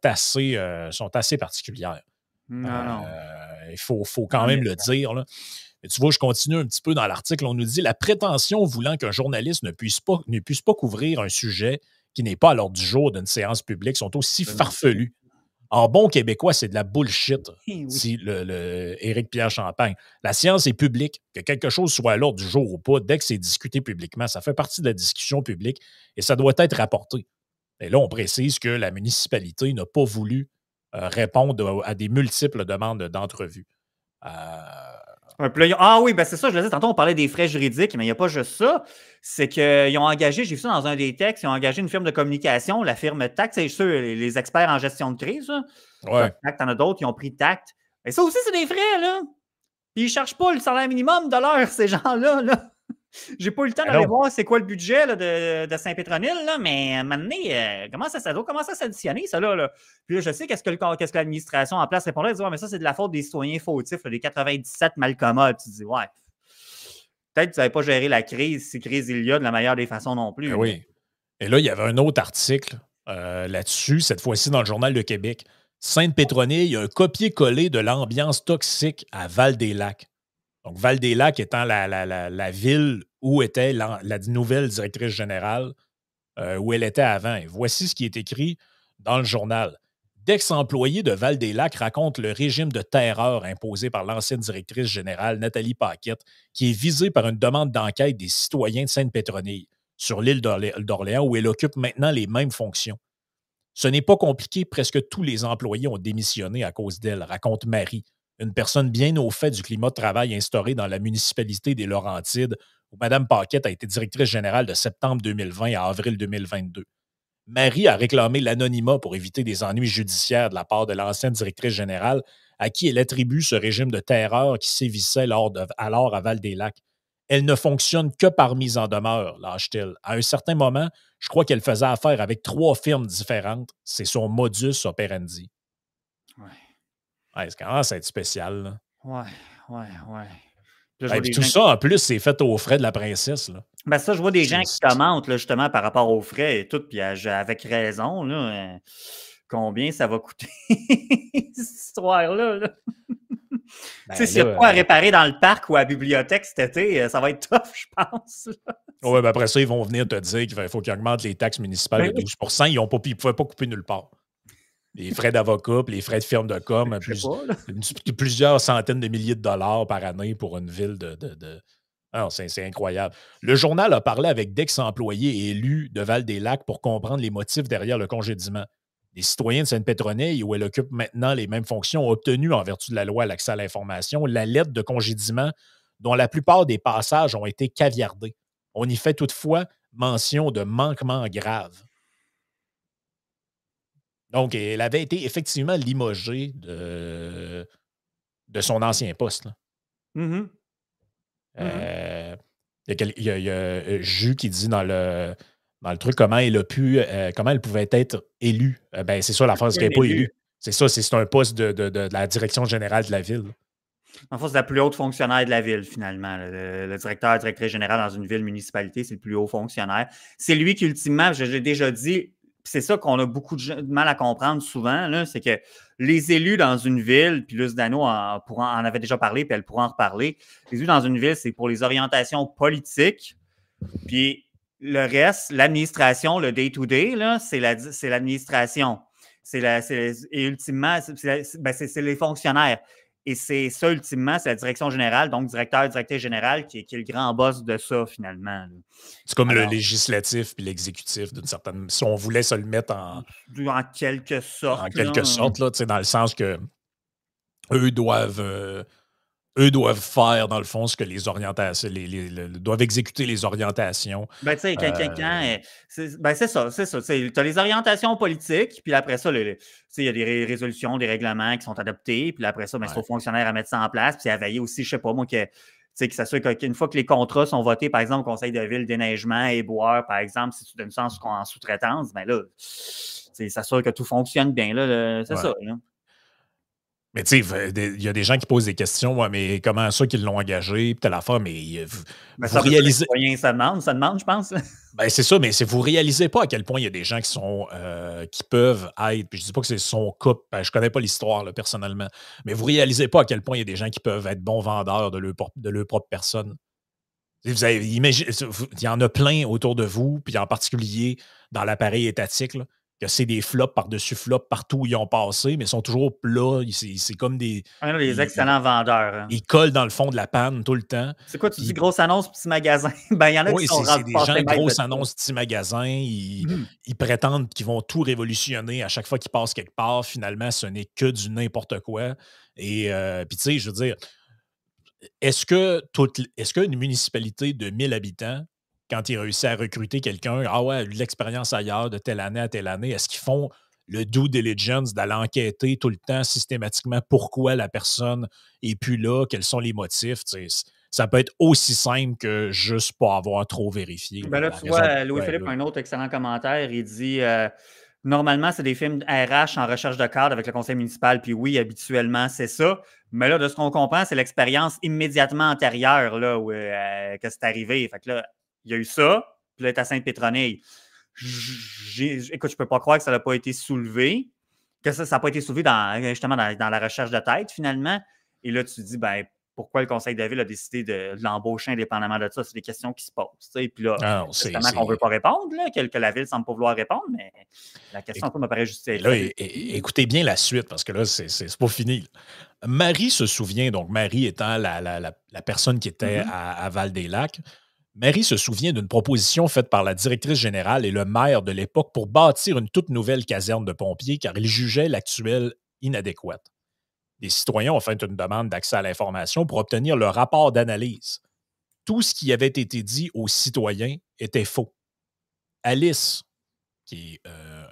assez particulières. Non. Il faut quand même le dire. Là. Et tu vois, je continue un petit peu dans l'article. On nous dit la prétention voulant qu'un journaliste ne puisse pas couvrir un sujet qui n'est pas à l'ordre du jour d'une séance publique sont aussi farfelus. En bon québécois, c'est de la bullshit, dit Éric Pierre Champagne. La science est publique. Que quelque chose soit à l'ordre du jour ou pas, dès que c'est discuté publiquement, ça fait partie de la discussion publique et ça doit être rapporté. Et là, on précise que la municipalité n'a pas voulu répondre à des multiples demandes d'entrevue. Oui, ben c'est ça, je le disais, tantôt on parlait des frais juridiques, mais il n'y a pas juste ça. C'est qu'ils ont engagé, j'ai vu ça dans un des textes, ils ont engagé une firme de communication, la firme TACT, c'est sûr, les experts en gestion de crise. Ouais. TACT, t'en as d'autres, ils ont pris TACT. Et ça aussi, c'est des frais, là. Puis ils ne cherchent pas le salaire minimum de l'heure, ces gens-là. Là. J'ai pas eu le temps d'aller voir c'est quoi le budget là, de Saint-Pétronille, là, mais à un moment donné, ça doit commencer à s'additionner, ça là. Puis là, je sais qu'est-ce que l'administration en place répondait, elle dit, mais ça, c'est de la faute des citoyens fautifs, là, des 97 malcommodes. Tu dis, ouais, peut-être que tu n'avais pas géré la crise, si crise il y a, de la meilleure des façons non plus. Oui. Et là, il y avait un autre article là-dessus, cette fois-ci dans le Journal de Québec. Sainte-Pétronille, il y a un copier-coller de l'ambiance toxique à Val-des-Lacs. Donc, Val-des-Lacs étant la ville où était la nouvelle directrice générale, où elle était avant. Et voici ce qui est écrit dans le journal. D'ex-employés de Val-des-Lacs racontent le régime de terreur imposé par l'ancienne directrice générale Nathalie Paquette, qui est visée par une demande d'enquête des citoyens de Sainte-Pétronille sur l'île d'Orléans, où elle occupe maintenant les mêmes fonctions. Ce n'est pas compliqué, presque tous les employés ont démissionné à cause d'elle, raconte Marie, une personne bien au fait du climat de travail instauré dans la municipalité des Laurentides, où Mme Paquette a été directrice générale de septembre 2020 à avril 2022. Marie a réclamé l'anonymat pour éviter des ennuis judiciaires de la part de l'ancienne directrice générale, à qui elle attribue ce régime de terreur qui sévissait alors à Val-des-Lacs. Elle ne fonctionne que par mise en demeure, lâche-t-elle. À un certain moment, je crois qu'elle faisait affaire avec 3 firmes différentes. C'est son modus operandi. Ouais. Ouais, c'est commence à être spécial. Là. Ouais. Et puis tout ça, en plus, c'est fait aux frais de la princesse. Là. Ben ça, je vois des gens qui commentent là, justement par rapport aux frais et tout, puis avec raison, là, combien ça va coûter cette histoire-là. Là. Tu sais, s'il y a quoi à réparer dans le parc ou à la bibliothèque cet été, ça va être tough, je pense. Oui, ben après ça, ils vont venir te dire qu'il faut qu'ils augmentent les taxes municipales de 12 Ils ne pouvaient pas couper nulle part. Les frais d'avocat, puis les frais de firme de com, plusieurs centaines de milliers de dollars par année pour une ville de... Ah, c'est incroyable. Le journal a parlé avec d'ex-employés élus de Val-des-Lacs pour comprendre les motifs derrière le congédiement. Les citoyens de Sainte-Pétronille, où elle occupe maintenant les mêmes fonctions, ont obtenu, en vertu de la loi à l'accès à l'information, la lettre de congédiement dont la plupart des passages ont été caviardés. On y fait toutefois mention de manquements graves. Donc, elle avait été effectivement limogée de son ancien poste. Mm-hmm. Il y a Jus qui dit dans le truc comment elle pouvait être élue. Ben, c'est ça la phrase qu'elle n'est pas élue. C'est ça, c'est un poste de la direction générale de la ville. En fait, c'est la plus haute fonctionnaire de la ville, finalement. Le directrice générale dans une ville, municipalité, c'est le plus haut fonctionnaire. C'est lui qui, ultimement, je l'ai déjà dit, c'est ça qu'on a beaucoup de mal à comprendre souvent, c'est que les élus dans une ville, puis Luce Dano en avait déjà parlé, puis elle pourra en reparler, les élus dans une ville, c'est pour les orientations politiques, puis le reste, l'administration, le day-to-day, c'est l'administration. Et ultimement, c'est les fonctionnaires. Et c'est ça, ultimement, c'est la direction générale, donc directrice générale, qui est le grand boss de ça, finalement. C'est comme le législatif puis l'exécutif, d'une certaine... Si on voulait se le mettre en quelque sorte. En quelque sorte, là, dans le sens que eux doivent faire, dans le fond, ce que les orientations... doivent exécuter les orientations. Ben, tu sais, c'est ça. Tu as les orientations politiques, puis après ça, il y a des résolutions, des règlements qui sont adoptés, puis après ça, c'est aux fonctionnaires à mettre ça en place, puis à veiller aussi, je sais pas moi, que s'assure qu'une fois que les contrats sont votés, par exemple, au Conseil de ville, déneigement et boire, par exemple, si tu donnes ça en sous-traitance, ben là, s'assure que tout fonctionne bien, là, c'est ça. Là. Mais tu sais, il y a des gens qui posent des questions, ouais, mais comment ça qu'ils l'ont engagé, puis telle affaire, mais vous réalisez... Ça demande, je pense. Ben, c'est ça, mais vous réalisez pas à quel point il y a des gens qui peuvent être, puis je dis pas que c'est son cas, ben, je connais pas l'histoire là, personnellement, mais vous réalisez pas à quel point il y a des gens qui peuvent être bons vendeurs de leur propre personne. Vous avez, il y en a plein autour de vous, puis en particulier dans l'appareil étatique, là, que c'est des flops par-dessus flops partout où ils ont passé, mais ils sont toujours là. C'est comme des... les excellents vendeurs. Hein. Ils collent dans le fond de la panne tout le temps. C'est quoi, tu dis grosse annonce, petit magasin? Ben, il y en a qui sont c'est des gens, grosse annonce, petit magasin. Ils prétendent qu'ils vont tout révolutionner à chaque fois qu'ils passent quelque part. Finalement, ce n'est que du n'importe quoi. Et puis, tu sais, je veux dire, est-ce qu'une municipalité de 1000 habitants, quand ils réussissent à recruter quelqu'un, l'expérience ailleurs de telle année à telle année, est-ce qu'ils font le due diligence d'aller enquêter tout le temps systématiquement pourquoi la personne est plus là, quels sont les motifs? Ça peut être aussi simple que juste pas avoir trop vérifié. Ben là, tu vois, Louis-Philippe a un autre excellent commentaire. Il dit normalement, c'est des films RH en recherche de cadre avec le conseil municipal. Puis oui, habituellement, c'est ça. Mais là, de ce qu'on comprend, c'est l'expérience immédiatement antérieure là, que c'est arrivé. Fait que là, il y a eu ça, puis là, il est à Sainte-Pétronille. Écoute, je peux pas croire que ça n'a pas été soulevé, que ça n'a pas été soulevé justement dans la recherche de tête, finalement. Et là, tu te dis, ben, pourquoi le conseil de ville a décidé de l'embaucher indépendamment de ça? C'est des questions qui se posent. T'sais. Puis là, c'est qu'on ne veut pas répondre, là, que la ville ne semble pas vouloir répondre, mais la question me paraît justifiée. Écoutez bien la suite, parce que là, c'est pas fini. Marie se souvient, donc Marie étant la personne qui était à Val-des-Lacs, Marie se souvient d'une proposition faite par la directrice générale et le maire de l'époque pour bâtir une toute nouvelle caserne de pompiers car ils jugeaient l'actuelle inadéquate. Les citoyens ont fait une demande d'accès à l'information pour obtenir le rapport d'analyse. Tout ce qui avait été dit aux citoyens était faux. Alice, qui est un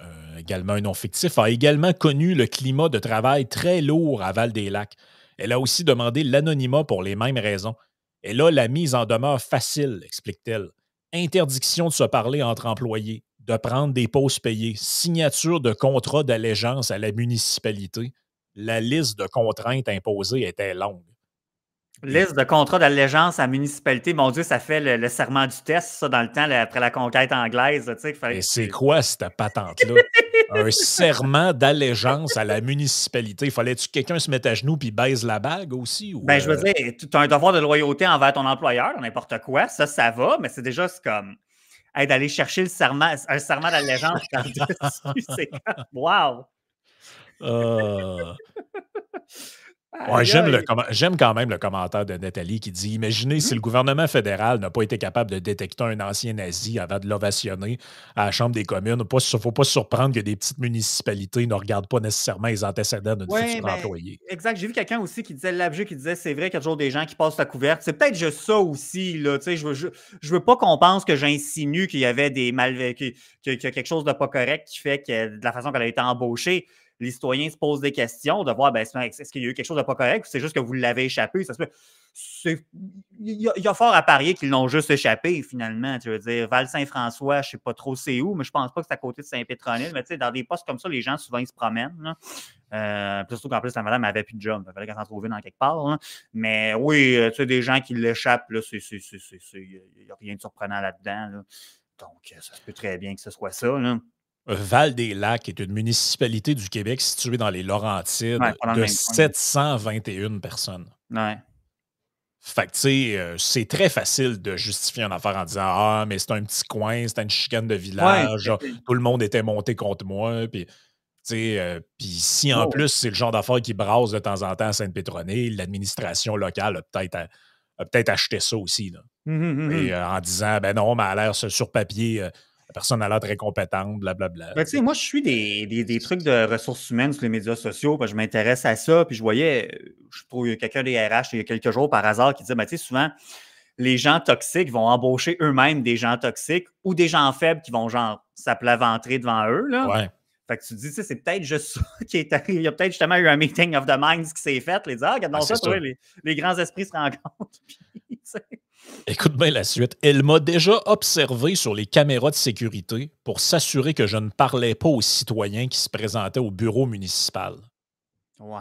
également un nom fictif, a également connu le climat de travail très lourd à Val-des-Lacs. Elle a aussi demandé l'anonymat pour les mêmes raisons. Elle a la mise en demeure facile, explique-t-elle. Interdiction de se parler entre employés, de prendre des pauses payées, signature de contrats d'allégeance à la municipalité. La liste de contraintes imposées était longue. Liste de contrats d'allégeance à la municipalité. Mon Dieu, ça fait le serment du test, ça, dans le temps, après la conquête anglaise. Tu sais, qu'il fallait Et que c'est quoi cette patente-là? Un serment d'allégeance à la municipalité. Fallait-tu que quelqu'un se mette à genoux puis baise la bague aussi? Ou, Ben, je veux dire, tu as un devoir de loyauté envers ton employeur, n'importe quoi. Ça va, mais c'est déjà comme hey, d'aller chercher un serment d'allégeance par-dessus. C'est comme wow! euh, Ouais, Aïe, aïe. j'aime quand même le commentaire de Nathalie qui dit imaginez si le gouvernement fédéral n'a pas été capable de détecter un ancien nazi avant de l'ovationner à la Chambre des communes. Il ne faut pas se surprendre que des petites municipalités ne regardent pas nécessairement les antécédents d'une Oui, future ben, employée. exact. J'ai vu quelqu'un aussi qui disait l'abjeu, qui disait c'est vrai qu'il y a toujours des gens qui passent la couverte. C'est peut-être juste ça aussi. Là, je veux pas qu'on pense que j'insinue qu'il y avait des qu'il y a quelque chose de pas correct qui fait que de la façon qu'elle a été embauchée, les citoyens se posent des questions de voir ben, est-ce qu'il y a eu quelque chose de pas correct ou c'est juste que vous l'avez échappé. Il y a fort à parier qu'ils l'ont juste échappé, finalement. Tu veux dire, Val-Saint-François, je ne sais pas trop c'est où, mais je pense pas que c'est à côté de Saint-Pétronille. Mais tu sais, dans des postes comme ça, les gens, souvent, ils se promènent. Là. Surtout qu'en plus, la madame n'avait plus de job. Il fallait qu'elle s'en trouve une dans quelque part. Là. Mais oui, tu sais, des gens qui l'échappent, il n'y a rien de surprenant là-dedans. Là. Donc, ça se peut très bien que ce soit ça. Là. Val-des-Lacs est une municipalité du Québec située dans les Laurentides Ouais, pas dans le de même coin. 721 personnes. Ouais. Fait que, tu sais, c'est très facile de justifier une affaire en disant ah, mais c'est un petit coin, c'était une chicane de village, Ouais, tout le monde était monté contre moi. Puis, tu sais, puis si en plus c'est le genre d'affaire qui brasse de temps en temps à Sainte-Pétronille, l'administration locale a peut-être acheté ça aussi. Là. Et, en disant ben non, mais elle a l'air sur papier, la personne a l'air très compétente, blablabla. Ben, tu sais, moi, je suis des trucs de ressources humaines sur les médias sociaux, parce que je m'intéresse à ça, puis je voyais, je trouve, quelqu'un des RH il y a quelques jours par hasard qui disait, ben, tu sais, souvent, les gens toxiques vont embaucher eux-mêmes des gens toxiques ou des gens faibles qui vont, genre, s'aplaventrer devant eux, là. Ouais. Fait que tu te dis, tu sais, c'est peut-être juste ça qui est arrivé. Il y a peut-être justement eu un meeting of the minds qui s'est fait, les dire, ah, regarde ça, toi, les grands esprits se rencontrent. Puis, Écoute bien la suite. Elle m'a déjà observé sur les caméras de sécurité pour s'assurer que je ne parlais pas aux citoyens qui se présentaient au bureau municipal. Ouais.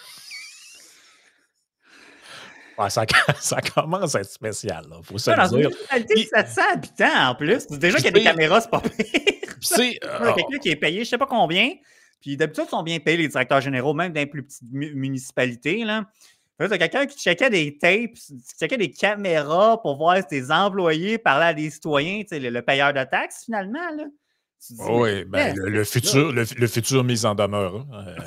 Ouais, ça, ça commence à être spécial, il faut se Dans le une dire. municipalité de 700 habitants en plus. Déjà qu'il y a des caméras, c'est pas pire. Il y a quelqu'un qui est payé, je ne sais pas combien. Puis d'habitude, ils sont bien payés, les directeurs généraux, même dans les plus petites municipalités. Là. Tu as quelqu'un qui checkait des tapes, qui checkait des caméras pour voir si tes employés parlaient à des citoyens, le payeur de taxes, finalement. Là. Oui, ben, le futur mise en demeure. Hein.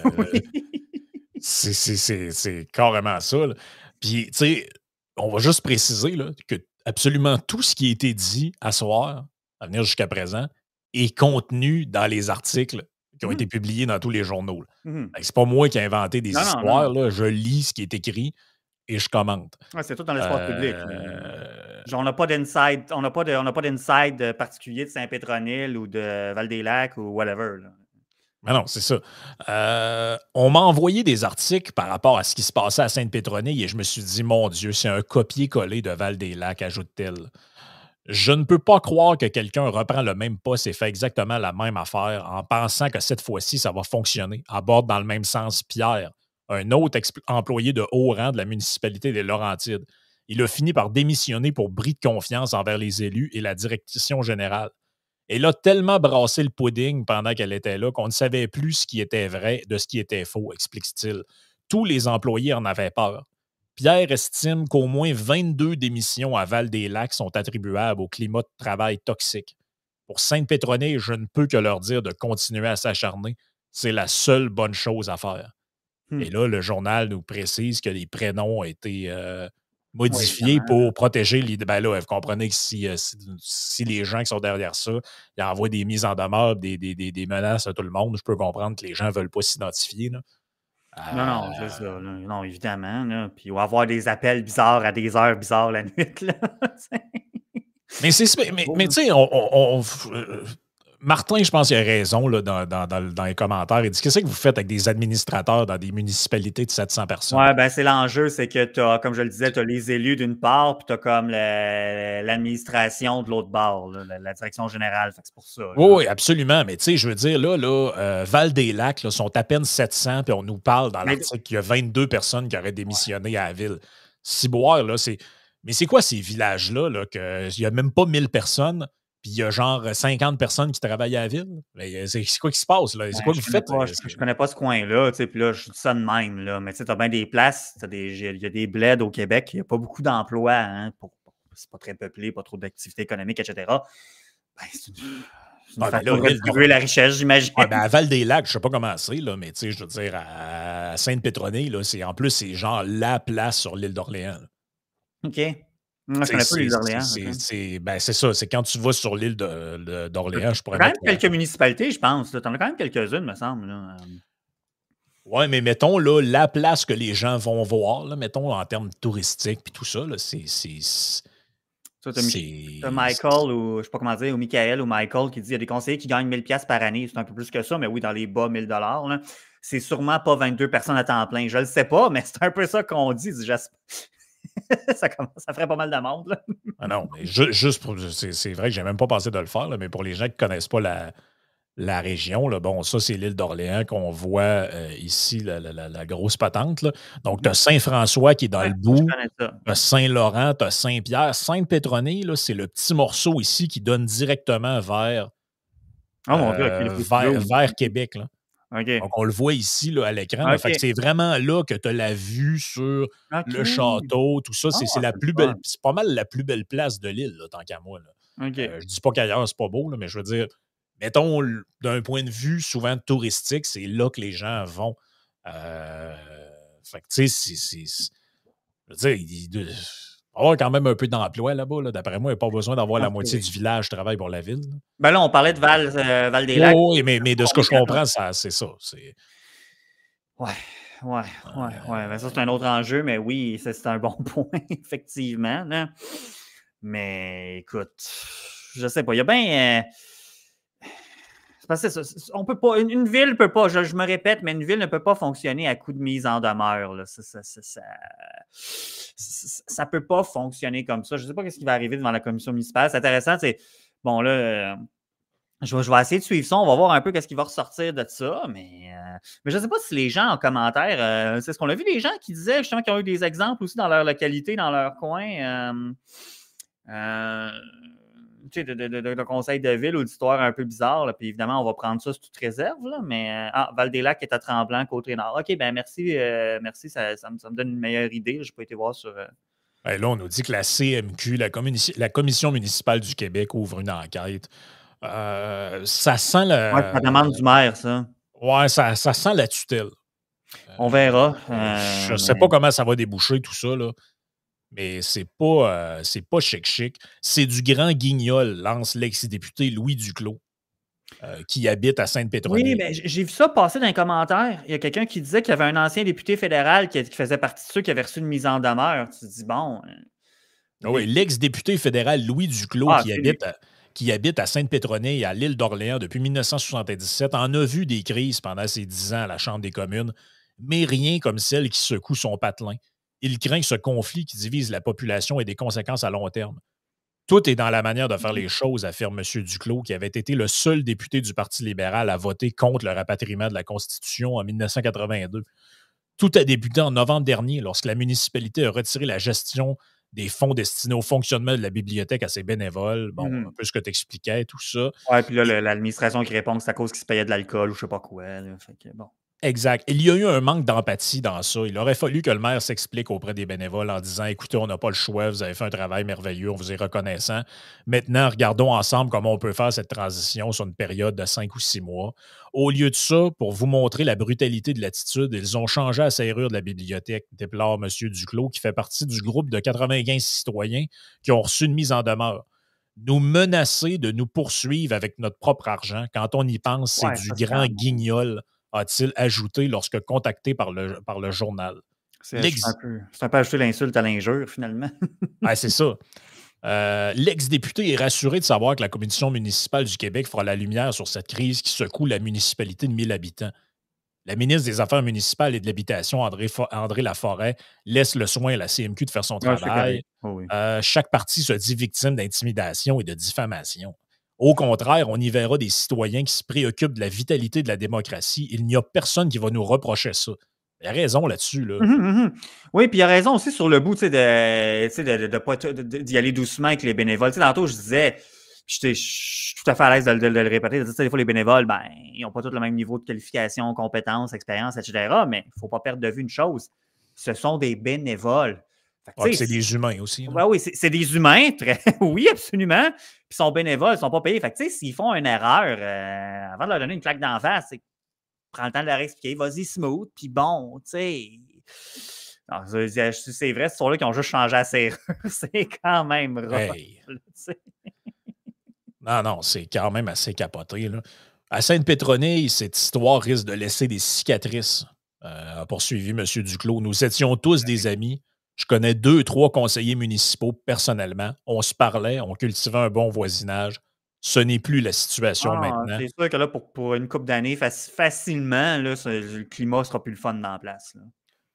C'est carrément ça. Là. Puis, tu sais, on va juste préciser là, que absolument tout ce qui a été dit à soir, à venir jusqu'à présent, est contenu dans les articles qui ont été publiés dans tous les journaux. C'est pas moi qui ai inventé des histoires. Là. Je lis ce qui est écrit et je commente. Ouais, c'est tout dans l'espace public. Genre, on n'a pas d'inside, particulier de Saint-Pétronille ou de Val-des-Lacs ou whatever. Là. Mais non, c'est ça. On m'a envoyé des articles par rapport à ce qui se passait à Sainte-Pétronille et je me suis dit, mon Dieu, c'est un copier-coller de Val-des-Lacs, ajoute-t-elle. Je ne peux pas croire que quelqu'un reprend le même poste et fait exactement la même affaire en pensant que cette fois-ci, ça va fonctionner. Aborde dans le même sens Pierre, un autre employé de haut rang de la municipalité des Laurentides. Il a fini par démissionner pour bris de confiance envers les élus et la direction générale. Elle a tellement brassé le pudding pendant qu'elle était là qu'on ne savait plus ce qui était vrai de ce qui était faux, explique-t-il. Tous les employés en avaient peur. Pierre estime qu'au moins 22 démissions à Val-des-Lacs sont attribuables au climat de travail toxique. Pour Sainte-Pétronille, je ne peux que leur dire de continuer à s'acharner. C'est la seule bonne chose à faire. Et là, le journal nous précise que les prénoms ont été modifiés pour protéger les... Ben là, vous comprenez que si les gens qui sont derrière ça, ils envoient des mises en demeure, des menaces à tout le monde, je peux comprendre que les gens ne veulent pas s'identifier. Là. Non, c'est ça. Là. Non, évidemment. Là. Puis, il va y avoir des appels bizarres à des heures bizarres la nuit. Là. Mais tu sais, Martin, je pense qu'il a raison là, dans les commentaires. Il dit qu'est-ce que vous faites avec des administrateurs dans des municipalités de 700 personnes? Ouais, ben c'est l'enjeu, c'est que tu as, comme je le disais, tu as les élus d'une part, puis tu as comme l'administration de l'autre part, là, la direction générale. Fait que c'est pour ça. Oui, Là. oui, absolument. Mais tu sais, je veux dire, Val-des-Lacs là, sont à peine 700, puis on nous parle dans Mais, l'article qu'il y a 22 personnes qui auraient démissionné à la ville. Ciboire, là, c'est. Mais c'est quoi ces villages-là, là, qu'il n'y a même pas 1000 personnes, puis il y a genre 50 personnes qui travaillent à la ville? C'est quoi qui se passe, là? C'est ben, quoi que vous faites? je connais pas ce coin-là, tu sais, puis là, je dis ça de même, là. Mais tu sais, tu as bien des places, il y a des bleds au Québec, il n'y a pas beaucoup d'emplois, hein, c'est pas très peuplé, pas trop d'activités économiques, etc. Ben, c'est une Ah, ben façon là, de redistribuer la richesse, j'imagine. ah, ben à Val-des-Lacs, je sais pas comment c'est, là, mais tu sais, je veux dire, à Sainte-Pétronée, là, en plus, c'est genre la place sur l'île d'Orléans. OK. Moi, je Tu sais, connais pas l'île d'Orléans. OK. ben, c'est ça. C'est quand tu vas sur l'île d'Orléans, je Tu as pourrais quand même mettre. quelques municipalités, je pense. Tu en as quand même quelques-unes, me semble. Là. Ouais, mais mettons, là, la place que les gens vont voir, là, mettons, en termes touristiques, puis tout ça, là, Tu as Michael, ou je sais pas comment dire, ou Michael, ou Michael, qui dit qu'il y a des conseillers qui gagnent 1000$ par année. C'est un peu plus que ça, mais oui, dans les bas 1000$. Là. C'est sûrement pas 22 personnes à temps plein. Je le sais pas, mais c'est un peu ça qu'on dit. Ça ferait pas mal de monde. Là. Ah non, mais juste pour. C'est vrai que j'ai même pas pensé de le faire, là, mais pour les gens qui connaissent pas la région, là, bon, ça, c'est l'île d'Orléans qu'on voit ici, la grosse patente. Là. Donc, tu as Saint-François qui est dans Ouais, le je bout, connais ça. tu as Saint-Laurent, tu as Saint-Pierre. Sainte-Pétronée, là, c'est le petit morceau ici qui donne directement Oh mon Dieu, OK, le plus bleu. vers Québec. Là. OK. Donc, on le voit ici là, à l'écran. Là. Fait que OK. c'est vraiment là que tu as la vue sur le OK. château, tout ça. Ah, C'est la c'est le plus belle, fun. c'est pas mal la plus belle place de l'île, là, tant qu'à moi. Là. OK. Je dis pas qu'ailleurs, c'est pas beau, là, mais je veux dire, mettons, d'un point de vue souvent touristique, c'est là que les gens vont. Fait que, tu sais, je veux dire, il doit y avoir quand même un peu d'emploi là-bas. Là. D'après moi, il n'y a pas besoin d'avoir Je la pense que moitié oui. du village travaille pour la ville. Là. Ben là, on parlait de Val-des-Lacs. Oui, mais de ce que je comprends, c'est ça. Ouais, ouais. Ben, ça, c'est un autre enjeu, mais oui, ça, c'est un bon point, effectivement. Là. Mais écoute, je sais pas. Il y a bien. C'est parce que on peut pas. Une ville peut pas, je me répète, mais une ville ne peut pas fonctionner à coup de mise en demeure. Là. Ça peut pas fonctionner comme ça. Je sais pas ce qui va arriver devant la commission municipale. C'est intéressant. C'est bon, là. Je vais essayer de suivre ça. On va voir un peu ce qui va ressortir de ça. Mais je ne sais pas si les gens en commentaire, c'est ce qu'on a vu, des gens qui disaient justement qu'ils ont eu des exemples aussi dans leur localité, dans leur coin. Tu sais, de conseils de ville ou d'histoires un peu bizarres. Là. Puis évidemment, on va prendre ça sous toute réserve. Là, mais Val-des-Lacs est à Tremblant, Côte-Nord. OK, ben merci. Merci, ça me donne une meilleure idée. Je n'ai pas été voir sur. Ben là, on nous dit que la CMQ, la Commission municipale du Québec, ouvre une enquête. Ça sent Ouais, ça demande du maire, ça. Ouais, ça sent la tutelle. On verra. Je ne sais pas comment ça va déboucher, tout ça, là. Mais c'est pas chic-chic. C'est du grand guignol, lance l'ex-député Louis Duclos, qui habite à Sainte-Pétronille. Oui, mais j'ai vu ça passer dans les commentaires. Il y a quelqu'un qui disait qu'il y avait un ancien député fédéral qui faisait partie de ceux qui avaient reçu une mise en demeure. Tu te dis, bon. Oui, l'ex-député fédéral Louis Duclos, qui habite à Sainte-Pétronille, à l'île d'Orléans depuis 1977, en a vu des crises pendant ses 10 ans à la Chambre des communes, mais rien comme celle qui secoue son patelin. Il craint que ce conflit qui divise la population ait des conséquences à long terme. Tout est dans la manière de faire les choses, affirme M. Duclos, qui avait été le seul député du Parti libéral à voter contre le rapatriement de la Constitution en 1982. Tout a débuté en novembre dernier, lorsque la municipalité a retiré la gestion des fonds destinés au fonctionnement de la bibliothèque à ses bénévoles. Bon, un peu ce que tu expliquais, tout ça. Ouais, puis là, l'administration qui répond que c'est à cause qu'ils se payaient de l'alcool ou je sais pas quoi. Là. Fait que, bon. Exact. Il y a eu un manque d'empathie dans ça. Il aurait fallu que le maire s'explique auprès des bénévoles en disant écoutez, on n'a pas le choix, vous avez fait un travail merveilleux, on vous est reconnaissant. Maintenant, regardons ensemble comment on peut faire cette transition sur une période de 5 ou 6 mois. Au lieu de ça, pour vous montrer la brutalité de l'attitude, ils ont changé la serrure de la bibliothèque, déplore M. Duclos, qui fait partie du groupe de 95 citoyens qui ont reçu une mise en demeure. Nous menacer de nous poursuivre avec notre propre argent, quand on y pense, c'est du grand guignol, a-t-il ajouté lorsque contacté par le journal. C'est un peu ajouter l'insulte à l'injure, finalement. C'est ça. L'ex-député est rassuré de savoir que la commission municipale du Québec fera la lumière sur cette crise qui secoue la municipalité de 1000 habitants. La ministre des Affaires municipales et de l'Habitation, André Laforêt, laisse le soin à la CMQ de faire son Ouais, c'est travail. correct. Oh oui. Chaque parti se dit victime d'intimidation et de diffamation. Au contraire, on y verra des citoyens qui se préoccupent de la vitalité de la démocratie. Il n'y a personne qui va nous reprocher ça. Il a raison là-dessus. Là. Oui, puis il a raison aussi sur le bout, d'y aller doucement avec les bénévoles. Tu sais, tantôt, je disais, je suis tout à fait à l'aise de le répéter. Des fois, les bénévoles, ben, ils n'ont pas tous le même niveau de qualification, compétences, expérience, etc. Mais il ne faut pas perdre de vue une chose. Ce sont des bénévoles. Fait que, c'est des humains aussi. Ouais, oui, c'est des humains, oui, absolument. Puis ils sont bénévoles, ils ne sont pas payés. Fait que, s'ils font une erreur, avant de leur donner une claque d'en face, prends le temps de leur expliquer, vas-y smooth, puis bon, tu sais. C'est vrai, ce sont-là qui ont juste changé la serrure. C'est quand même rough. Hey. Non, c'est quand même assez capoté. Là. À Sainte-Pétronille, cette histoire risque de laisser des cicatrices, a poursuivi M. Duclos. Nous étions tous des amis. Je connais 2, 3 conseillers municipaux personnellement. On se parlait, on cultivait un bon voisinage. Ce n'est plus la situation maintenant. C'est sûr que là, pour une couple d'années, facilement, là, le climat sera plus le fun dans la place. Là.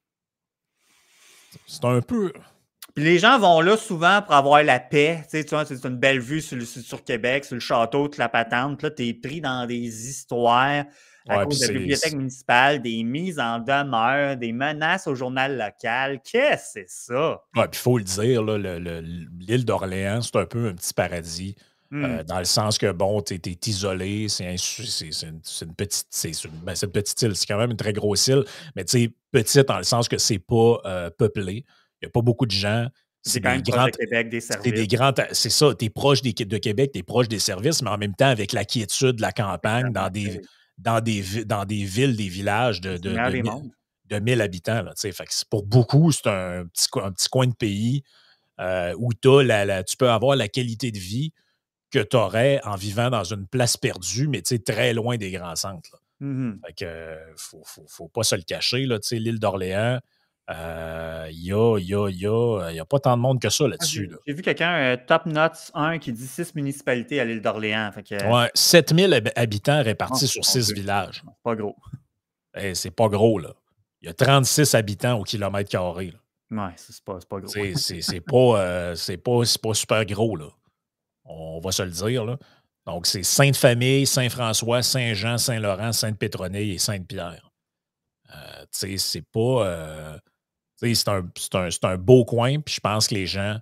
C'est un peu. Puis les gens vont là souvent pour avoir la paix. Tu vois, c'est une belle vue sur Québec, sur le château, toute la patente. Là, tu es pris dans des histoires à cause de la bibliothèque municipale, des mises en demeure, des menaces au journal local. Qu'est-ce que c'est ça? Ouais, puis il faut le dire, là, l'île d'Orléans, c'est un peu un petit paradis. Dans le sens que, bon, tu es isolé, c'est une petite île, c'est quand même une très grosse île, mais tu sais, petite dans le sens que c'est pas peuplé, il n'y a pas beaucoup de gens. C'est quand même proche de Québec, des services. C'est ça, tu es proche de Québec, tu es proche des services, mais en même temps, avec la quiétude de la campagne, dans des villes, des villages de 1000 habitants. Là, fait que pour beaucoup, c'est un petit coin de pays où tu peux avoir la qualité de vie que tu aurais en vivant dans une place perdue, mais très loin des grands centres. Fait que faut pas se le cacher. L'île d'Orléans, il y a pas tant de monde que ça là-dessus. Là. J'ai vu quelqu'un, Top Notes 1, qui dit 6 municipalités à l'île d'Orléans. Ouais, 7000 habitants répartis sur 6 villages. C'est pas gros. C'est pas gros, là. Il y a 36 habitants au kilomètre carré. Ouais, c'est pas gros. C'est pas super gros, là. On va se le dire, là. Donc, c'est Sainte-Famille, Saint-François, Saint-Jean, Saint-Laurent, Sainte-Pétronille et Sainte-Pierre. C'est pas... c'est un beau coin, puis je pense que les gens...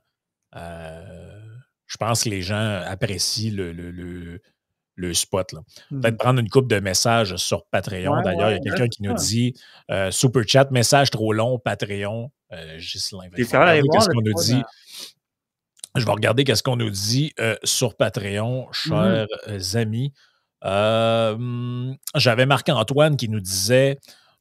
apprécient le spot. Peut-être prendre une couple de messages sur Patreon. Ouais, D'ailleurs, il y a quelqu'un qui nous dit Super chat, message trop long, Patreon. Ghislain, je vais regarder qu'est-ce qu'on nous dit. Je vais regarder qu'est-ce qu'on nous dit sur Patreon, chers amis. J'avais Marc-Antoine qui nous disait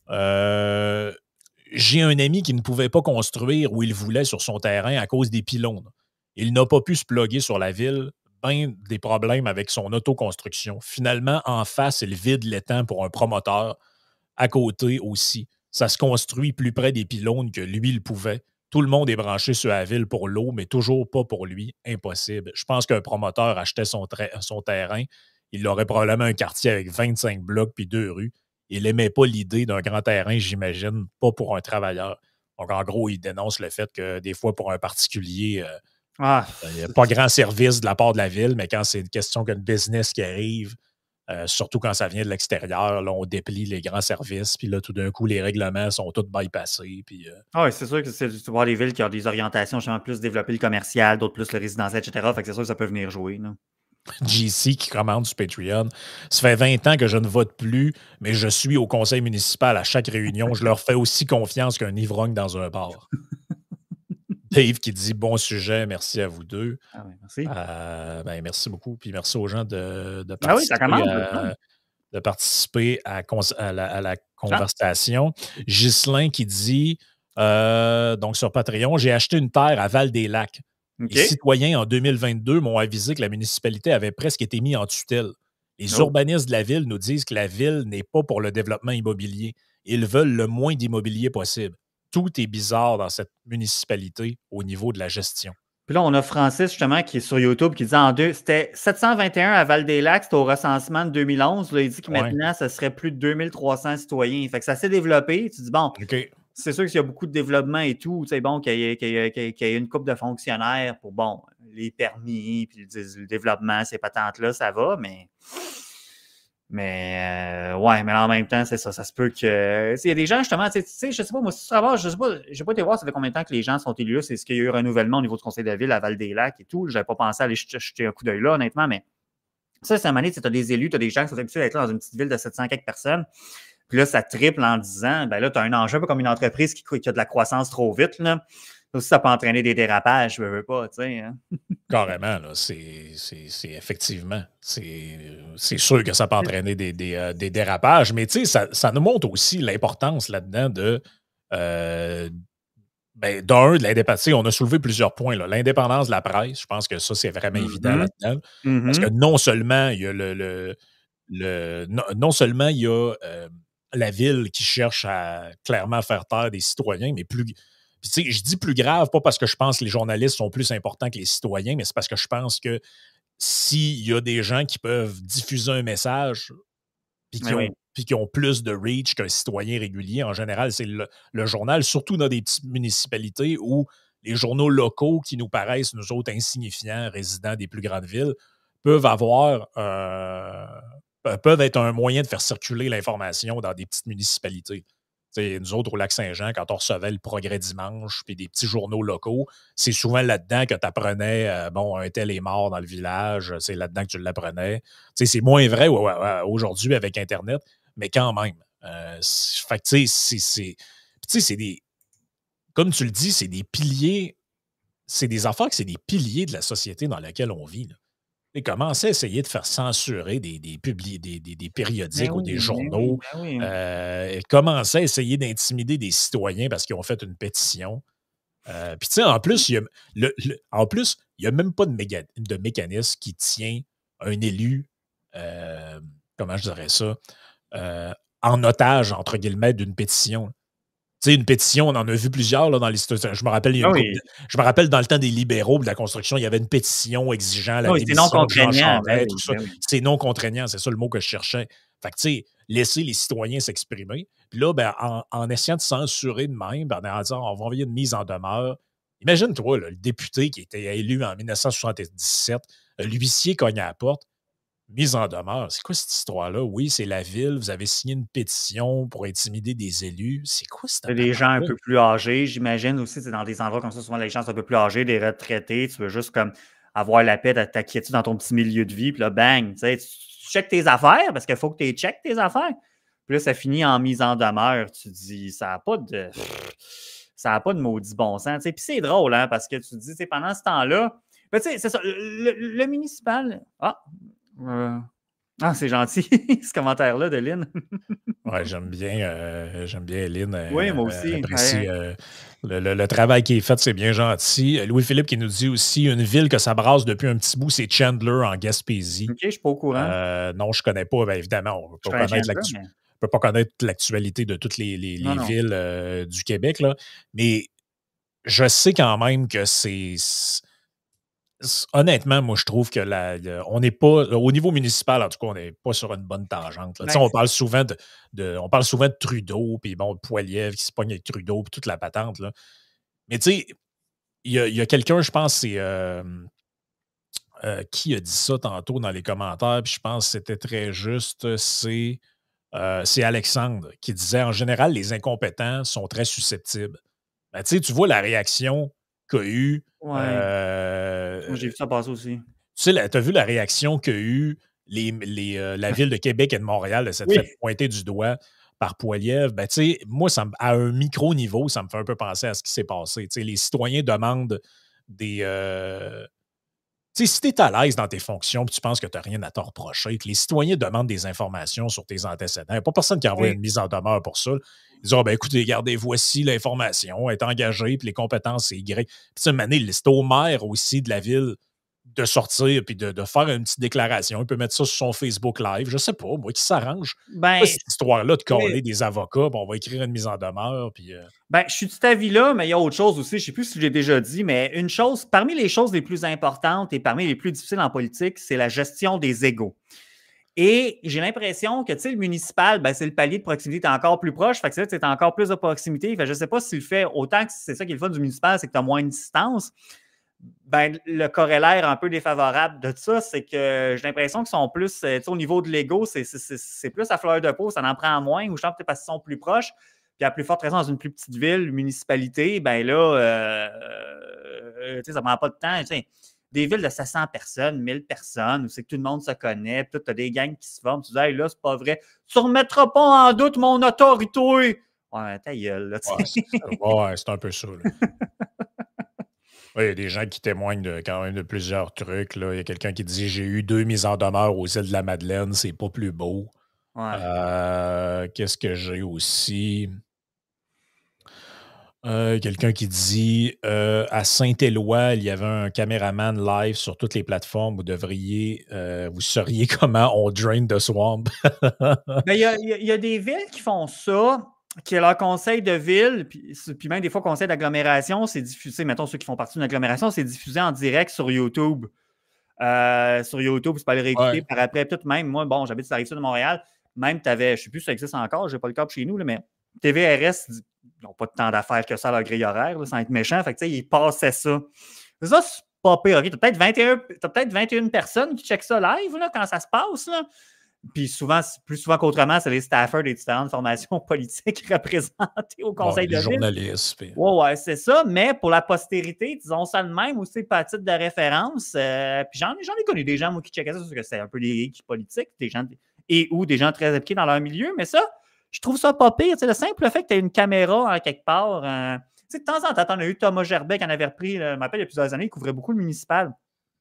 j'ai un ami qui ne pouvait pas construire où il voulait sur son terrain à cause des pylônes. Il n'a pas pu se plugger sur la ville. Ben des problèmes avec son autoconstruction. Finalement, en face, il vide l'étang pour un promoteur. À côté aussi. Ça se construit plus près des pylônes que lui, il pouvait. Tout le monde est branché sur la ville pour l'eau, mais toujours pas pour lui. Impossible. Je pense qu'un promoteur achetait son terrain. Il aurait probablement un quartier avec 25 blocs puis 2 rues. Il n'aimait pas l'idée d'un grand terrain, j'imagine, pas pour un travailleur. Donc, en gros, il dénonce le fait que des fois, pour un particulier, il n'y a pas grand service de la part de la ville, mais quand c'est une question qu'un business qui arrive, surtout quand ça vient de l'extérieur, là, on déplie les grands services, puis là, tout d'un coup, les règlements sont tous bypassés. Puis, oui, c'est sûr que c'est voir des villes qui ont des orientations, justement, plus développer le commercial, d'autres plus le résidentiel, etc. Fait que c'est sûr que ça peut venir jouer. Là. JC qui commande sur Patreon. Ça fait 20 ans que je ne vote plus, mais je suis au conseil municipal à chaque réunion. Je leur fais aussi confiance qu'un ivrogne dans un bar. Dave qui dit bon sujet, merci à vous deux. Ah oui, merci. Merci beaucoup. Puis merci aux gens de participer à la conversation. Ghislain qui dit donc sur Patreon, j'ai acheté une terre à Val-des-Lacs. Okay. Les citoyens en 2022 m'ont avisé que la municipalité avait presque été mise en tutelle. Les urbanistes de la ville nous disent que la ville n'est pas pour le développement immobilier. Ils veulent le moins d'immobilier possible. Tout est bizarre dans cette municipalité au niveau de la gestion. Puis là, on a Francis, justement, qui est sur YouTube, qui dit en deux, c'était 721 à Val-des-Lacs, c'était au recensement de 2011. Là, il dit que Ouais. maintenant, ça serait plus de 2300 citoyens. Fait que ça s'est développé. Tu dis, bon, OK. c'est sûr qu'il y a beaucoup de développement et tout. Tu sais, bon, qu'il y ait une couple de fonctionnaires pour, bon, les permis, puis le développement, ces patentes-là, ça va, mais. Ouais, mais en même temps, c'est ça. Ça se peut que. Il y a des gens, justement, tu sais, je sais pas, moi, si tu travailles, je sais pas, j'ai pas été voir, ça fait combien de temps que les gens sont élus là. C'est ce qu'il y a eu un renouvellement au niveau du conseil de la ville à Val-des-Lacs et tout. J'avais pas pensé à aller jeter un coup d'œil là, honnêtement, mais ça, c'est une année, tu as des élus, tu as des gens qui sont habitués d'être là dans une petite ville de 700 quelques personnes. Puis là, ça triple en 10 ans. Ben là, tu as un enjeu un peu comme une entreprise qui a de la croissance trop vite, là. Ça aussi, ça peut entraîner des dérapages, je veux pas, tu sais. Hein? Carrément, là, c'est effectivement, c'est sûr que ça peut entraîner des dérapages, mais tu sais, ça nous montre aussi l'importance là-dedans de, ben, d'un, de l'indépendance. On a soulevé plusieurs points, là. L'indépendance de la presse, je pense que ça, c'est vraiment évident Mm-hmm. là-dedans. Parce que Mm-hmm. non seulement il y a non seulement il y a la ville qui cherche à clairement faire taire des citoyens, mais plus. Puis, tu sais, je dis plus grave, pas parce que je pense que les journalistes sont plus importants que les citoyens, mais c'est parce que je pense que s'il y a des gens qui peuvent diffuser un message Oui. puis qui ont plus de reach qu'un citoyen régulier, en général, c'est le journal, surtout dans des petites municipalités où les journaux locaux qui nous paraissent, nous autres, insignifiants, résidents des plus grandes villes, peuvent avoir peuvent être un moyen de faire circuler l'information dans des petites municipalités. T'sais, nous autres, au Lac-Saint-Jean, quand on recevait le Progrès dimanche puis des petits journaux locaux, c'est souvent là-dedans que tu apprenais, bon, un tel est mort dans le village, c'est là-dedans que tu l'apprenais. C'est moins vrai aujourd'hui avec Internet, mais quand même. Fait que, tu sais, c'est des. Comme tu le dis, c'est des piliers. C'est des affaires que c'est des piliers de la société dans laquelle on vit. Là. Et commencer à essayer de faire censurer des Ben périodiques ou oui, des ben oui, journaux. ben oui. Commencer à essayer d'intimider des citoyens parce qu'ils ont fait une pétition. Puis, tu sais, en plus, en plus, il n'y a même pas de mécanisme qui tient un élu, comment je dirais ça, euh, en otage, entre guillemets, d'une pétition. Tu sais, une pétition, on en a vu plusieurs là, dans l'histoire. Je me rappelle, il y a Ah une oui. je me rappelle dans le temps des libéraux de la construction, il y avait une pétition exigeant la Ah oui, c'est non démission de Jean contraignant. Ben Charest, tout oui, ça. ben oui. C'est non contraignant, c'est ça le mot que je cherchais. Fait que, tu sais, laisser les citoyens s'exprimer. Puis là, ben, en essayant de censurer de même, ben, en disant on va envoyer une mise en demeure. Imagine-toi, le député qui était élu en 1977, l'huissier cogne à la porte. Mise en demeure. C'est quoi cette histoire-là? Oui, c'est la ville. Vous avez signé une pétition pour intimider des élus. C'est quoi cette Les gens un patente-là? peu plus âgés, j'imagine aussi, c'est dans des endroits comme ça, souvent les gens sont un peu plus âgés, des retraités, tu veux juste comme avoir la paix de ta quiétude dans ton petit milieu de vie, puis là, bang, tu sais, tu checkes tes affaires, parce qu'il faut que tu checkes tes affaires. Puis là, ça finit en mise en demeure. Tu dis, ça n'a pas de maudit bon sens. Tu sais. Puis c'est drôle, hein, parce que tu te dis, tu sais, pendant ce temps-là, ben, tu sais, c'est ça, le municipal. C'est gentil, ce commentaire-là de Lynn. Ouais, j'aime bien Lynn. Oui, moi Elle aussi. apprécie le travail qui est fait, c'est bien gentil. Louis-Philippe qui nous dit aussi une ville que ça brasse depuis un petit bout, c'est Chandler en Gaspésie. OK, je ne suis pas au courant. Non, je ne connais pas. Bien évidemment, on ne Je connais Chandler, mais peut pas connaître l'actualité de toutes non, les non. villes du Québec, là. Mais je sais quand même que honnêtement, moi, je trouve que on n'est pas, au niveau municipal, en tout cas, on n'est pas sur une bonne tangente. Là. Tu sais, Ben, on parle souvent de Trudeau, puis bon, Poilievre qui se pogne avec Trudeau, puis toute la patente. Là. Mais tu sais, il y a quelqu'un, je pense, c'est qui a dit ça tantôt dans les commentaires, puis je pense que c'était très juste, c'est Alexandre qui disait en général, les incompétents sont très susceptibles. Ben, tu sais, tu vois la réaction qu'a eu. ouais. Moi, j'ai vu ça passer aussi. Tu sais, tu as vu la réaction qu'a eu la ville de Québec et de Montréal de s'être Oui. fait pointer du doigt par Poilievre. Ben, tu sais, moi, à un micro-niveau, ça me fait un peu penser à ce qui s'est passé. Tu sais, les citoyens demandent des. Tu sais, si tu es à l'aise dans tes fonctions et tu penses que tu n'as rien à te reprocher, que les citoyens demandent des informations sur tes antécédents, il n'y a pas personne qui envoie Oui. une mise en demeure pour ça. Ils disent, ben, écoutez, regardez, voici l'information, elle est engagée, puis les compétences, c'est Y. Puis, tu sais, c'est au maire aussi de la ville de sortir et de faire une petite déclaration. Il peut mettre ça sur son Facebook Live. Je ne sais pas, moi, qui s'arrange. Ben, Cette histoire-là de coller des avocats, on va écrire une mise en demeure. Puis, ben, je suis de cet avis-là, mais il y a autre chose aussi. Je ne sais plus si je l'ai déjà dit, mais une chose, parmi les choses les plus importantes et parmi les plus difficiles en politique, c'est la gestion des égos. Et j'ai l'impression que, tu sais, le municipal, ben, c'est le palier de proximité, tu es encore plus proche, fait que tu es encore plus de proximité. Fait, je ne sais pas s'il le fait autant que c'est ça qui est le fun du municipal, c'est que tu as moins de distance. Ben, le corollaire un peu défavorable de ça, c'est que j'ai l'impression qu'ils sont plus, tu sais, au niveau de l'ego, c'est plus à fleur de peau, ça en prend moins, ou je pense peut-être parce qu'ils sont plus proches. Puis à plus forte raison, dans une plus petite ville, une municipalité, ben là, tu sais, ça ne prend pas de temps. Tu sais, des villes de 700 personnes, 1000 personnes, où c'est que tout le monde se connaît, puis tu as des gangs qui se forment. Tu dis, hey, là, c'est pas vrai. Tu ne remettras pas en doute mon autorité. Ouais, ta gueule, là, tu sais. Ouais, c'est un peu ça. Oui, il y a des gens qui témoignent quand même de plusieurs trucs. Là. Il y a quelqu'un qui dit j'ai eu 2 mises en demeure aux îles de la Madeleine, c'est pas plus beau. Ouais. Qu'est-ce que j'ai aussi? Quelqu'un qui dit à Saint-Éloi, il y avait un caméraman live sur toutes les plateformes. Vous sauriez comment on drain the swamp. Ben, il y a des villes qui font ça, qui leur conseil de ville, puis même des fois conseil d'agglomération, c'est diffusé, mettons ceux qui font partie d'une agglomération, c'est diffusé en direct sur YouTube. Sur YouTube, tu peux aller réécouter par après. Peut-être même, moi, bon, j'habite sur la Rive-Sud de Montréal, même tu avais, je ne sais plus si ça existe encore, je n'ai pas le câble chez nous, là, mais TVRS, ils n'ont pas de temps d'affaires que ça à leur grille horaire, là, sans être méchant. Fait que, ils passaient ça. Ça, c'est pas pire. Okay? Tu as peut-être 21 personnes qui checkent ça live là, quand ça se passe. Là. Puis souvent, plus souvent qu'autrement, c'est les staffers des différentes formations politiques représentées au conseil de ville. Les journalistes. Puis... Ouais, c'est ça. Mais pour la postérité, disons ça de même, aussi pas à titre de référence. Puis j'en ai connu des gens, moi, qui checkaient ça, parce que c'est un peu des geeks politiques, des gens ou des gens très impliqués dans leur milieu. Mais ça, je trouve ça pas pire. Le simple fait que tu aies une caméra quelque part. De temps en temps, on a eu Thomas Gerbet qui en avait repris, je m'appelle, il y a plusieurs années, il couvrait beaucoup le municipal.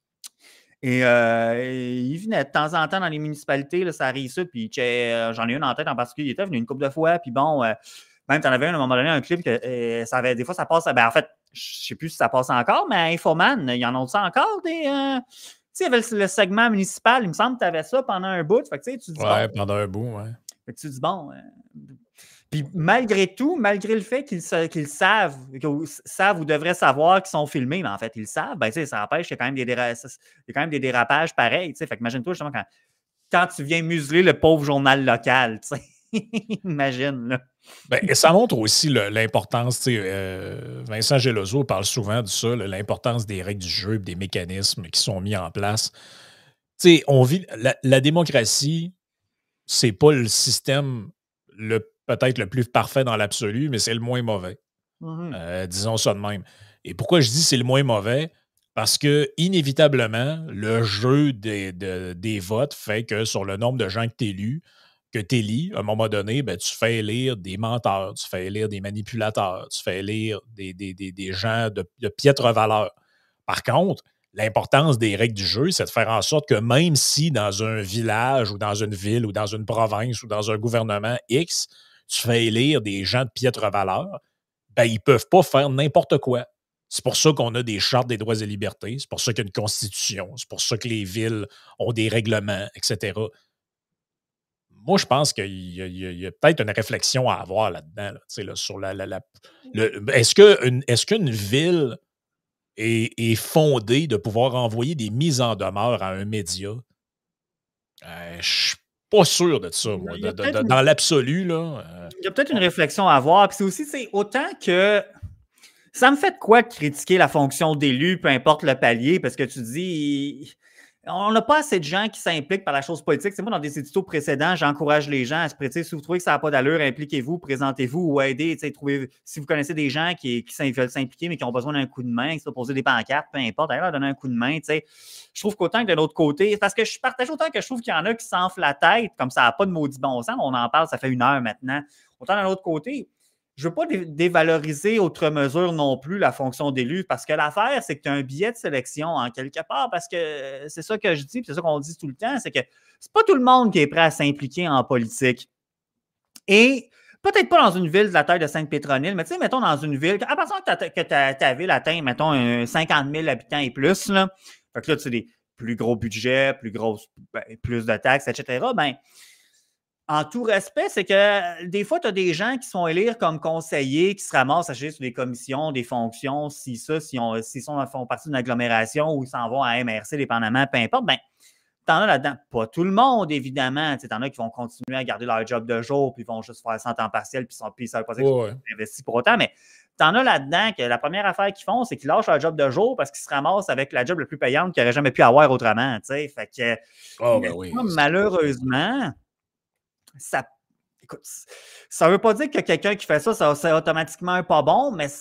Et il venait de temps en temps dans les municipalités, là, ça arrive ça, puis j'en ai une en tête en particulier, il était venu une couple de fois, puis bon, même tu en avais à un moment donné un clip que ça avait, des fois ça passe, ben en fait, je ne sais plus si ça passe encore, mais à Infoman, il y en a ça encore des... tu sais, il y avait le segment municipal, il me semble que tu avais ça pendant un bout, fait que tu dis... Ouais, pendant un bout, ouais. Fait que tu dis, bon... Puis malgré tout, malgré le fait qu'ils savent ou devraient savoir qu'ils sont filmés, mais en fait, ils le savent, ben, ça empêche qu'il y a quand même des dérapages pareils. Fait qu'imagine-toi justement quand tu viens museler le pauvre journal local, imagine. Là. Ben, et ça montre aussi l'importance, Vincent Geloso parle souvent de ça, l'importance des règles du jeu et des mécanismes qui sont mis en place. On vit la démocratie, c'est pas le système peut-être le plus parfait dans l'absolu, mais c'est le moins mauvais. Disons ça de même. Et pourquoi je dis c'est le moins mauvais? Parce que, inévitablement, le jeu des votes fait que sur le nombre de gens que tu élis, à un moment donné, ben, tu fais élire des menteurs, tu fais élire des manipulateurs, tu fais élire des gens de piètre valeur. Par contre, l'importance des règles du jeu, c'est de faire en sorte que même si dans un village ou dans une ville ou dans une province ou dans un gouvernement X, tu fais élire des gens de piètre valeur, ben, ils ne peuvent pas faire n'importe quoi. C'est pour ça qu'on a des chartes des droits et libertés, c'est pour ça qu'il y a une constitution, c'est pour ça que les villes ont des règlements, etc. Moi, je pense qu'il y a peut-être une réflexion à avoir là-dedans, là, sur est-ce qu'une ville est fondée de pouvoir envoyer des mises en demeure à un média? Je ne suis pas sûr de ça, moi. Dans l'absolu, là. Il y a peut-être une réflexion à avoir. Puis c'est aussi, c'est autant que ça me fait de quoi de critiquer la fonction d'élu, peu importe le palier, parce que tu dis, on n'a pas assez de gens qui s'impliquent par la chose politique. C'est moi, dans des éditos précédents, j'encourage les gens à se prêter. Si vous trouvez que ça n'a pas d'allure, impliquez-vous, présentez-vous ou aidez. Si vous connaissez des gens qui veulent s'impliquer, mais qui ont besoin d'un coup de main, qui se poser des pancartes, peu importe, allez leur donner un coup de main. Je trouve qu'autant que de l'autre côté, parce que je partage autant que je trouve qu'il y en a qui s'enflent la tête, comme ça n'a pas de maudit bon sens. On en parle, ça fait 1 heure maintenant. Autant de l'autre côté, je ne veux pas dévaloriser outre mesure non plus la fonction d'élu, parce que l'affaire, c'est que tu as un billet de sélection en quelque part, parce que c'est ça que je dis, puis c'est ça qu'on dit tout le temps, c'est que c'est pas tout le monde qui est prêt à s'impliquer en politique. Et peut-être pas dans une ville de la taille de Sainte-Pétronille, mais tu sais, mettons dans une ville, à partir que ta ville atteint, mettons, 50 000 habitants et plus, là, Fait que là, tu sais, des plus gros budgets, plus de taxes, etc. Ben, en tout respect, c'est que des fois, tu as des gens qui sont élire comme conseillers, qui se ramassent à chercher sur des commissions, des fonctions, s'ils font partie d'une agglomération ou ils s'en vont à MRC, dépendamment, peu importe. Ben, t'en as là-dedans. Pas tout le monde, évidemment. T'en as qui vont continuer à garder leur job de jour, puis ils vont juste faire ça en temps partiel, puis ça ne veut pas dire qu'ils sont investis pour autant, mais t'en as là-dedans que la première affaire qu'ils font, c'est qu'ils lâchent leur job de jour parce qu'ils se ramassent avec la job la plus payante qu'ils n'auraient jamais pu avoir autrement. Fait que, Ben oui. malheureusement, ça. Écoute, ça ne veut pas dire que quelqu'un qui fait ça, c'est automatiquement pas bon, mais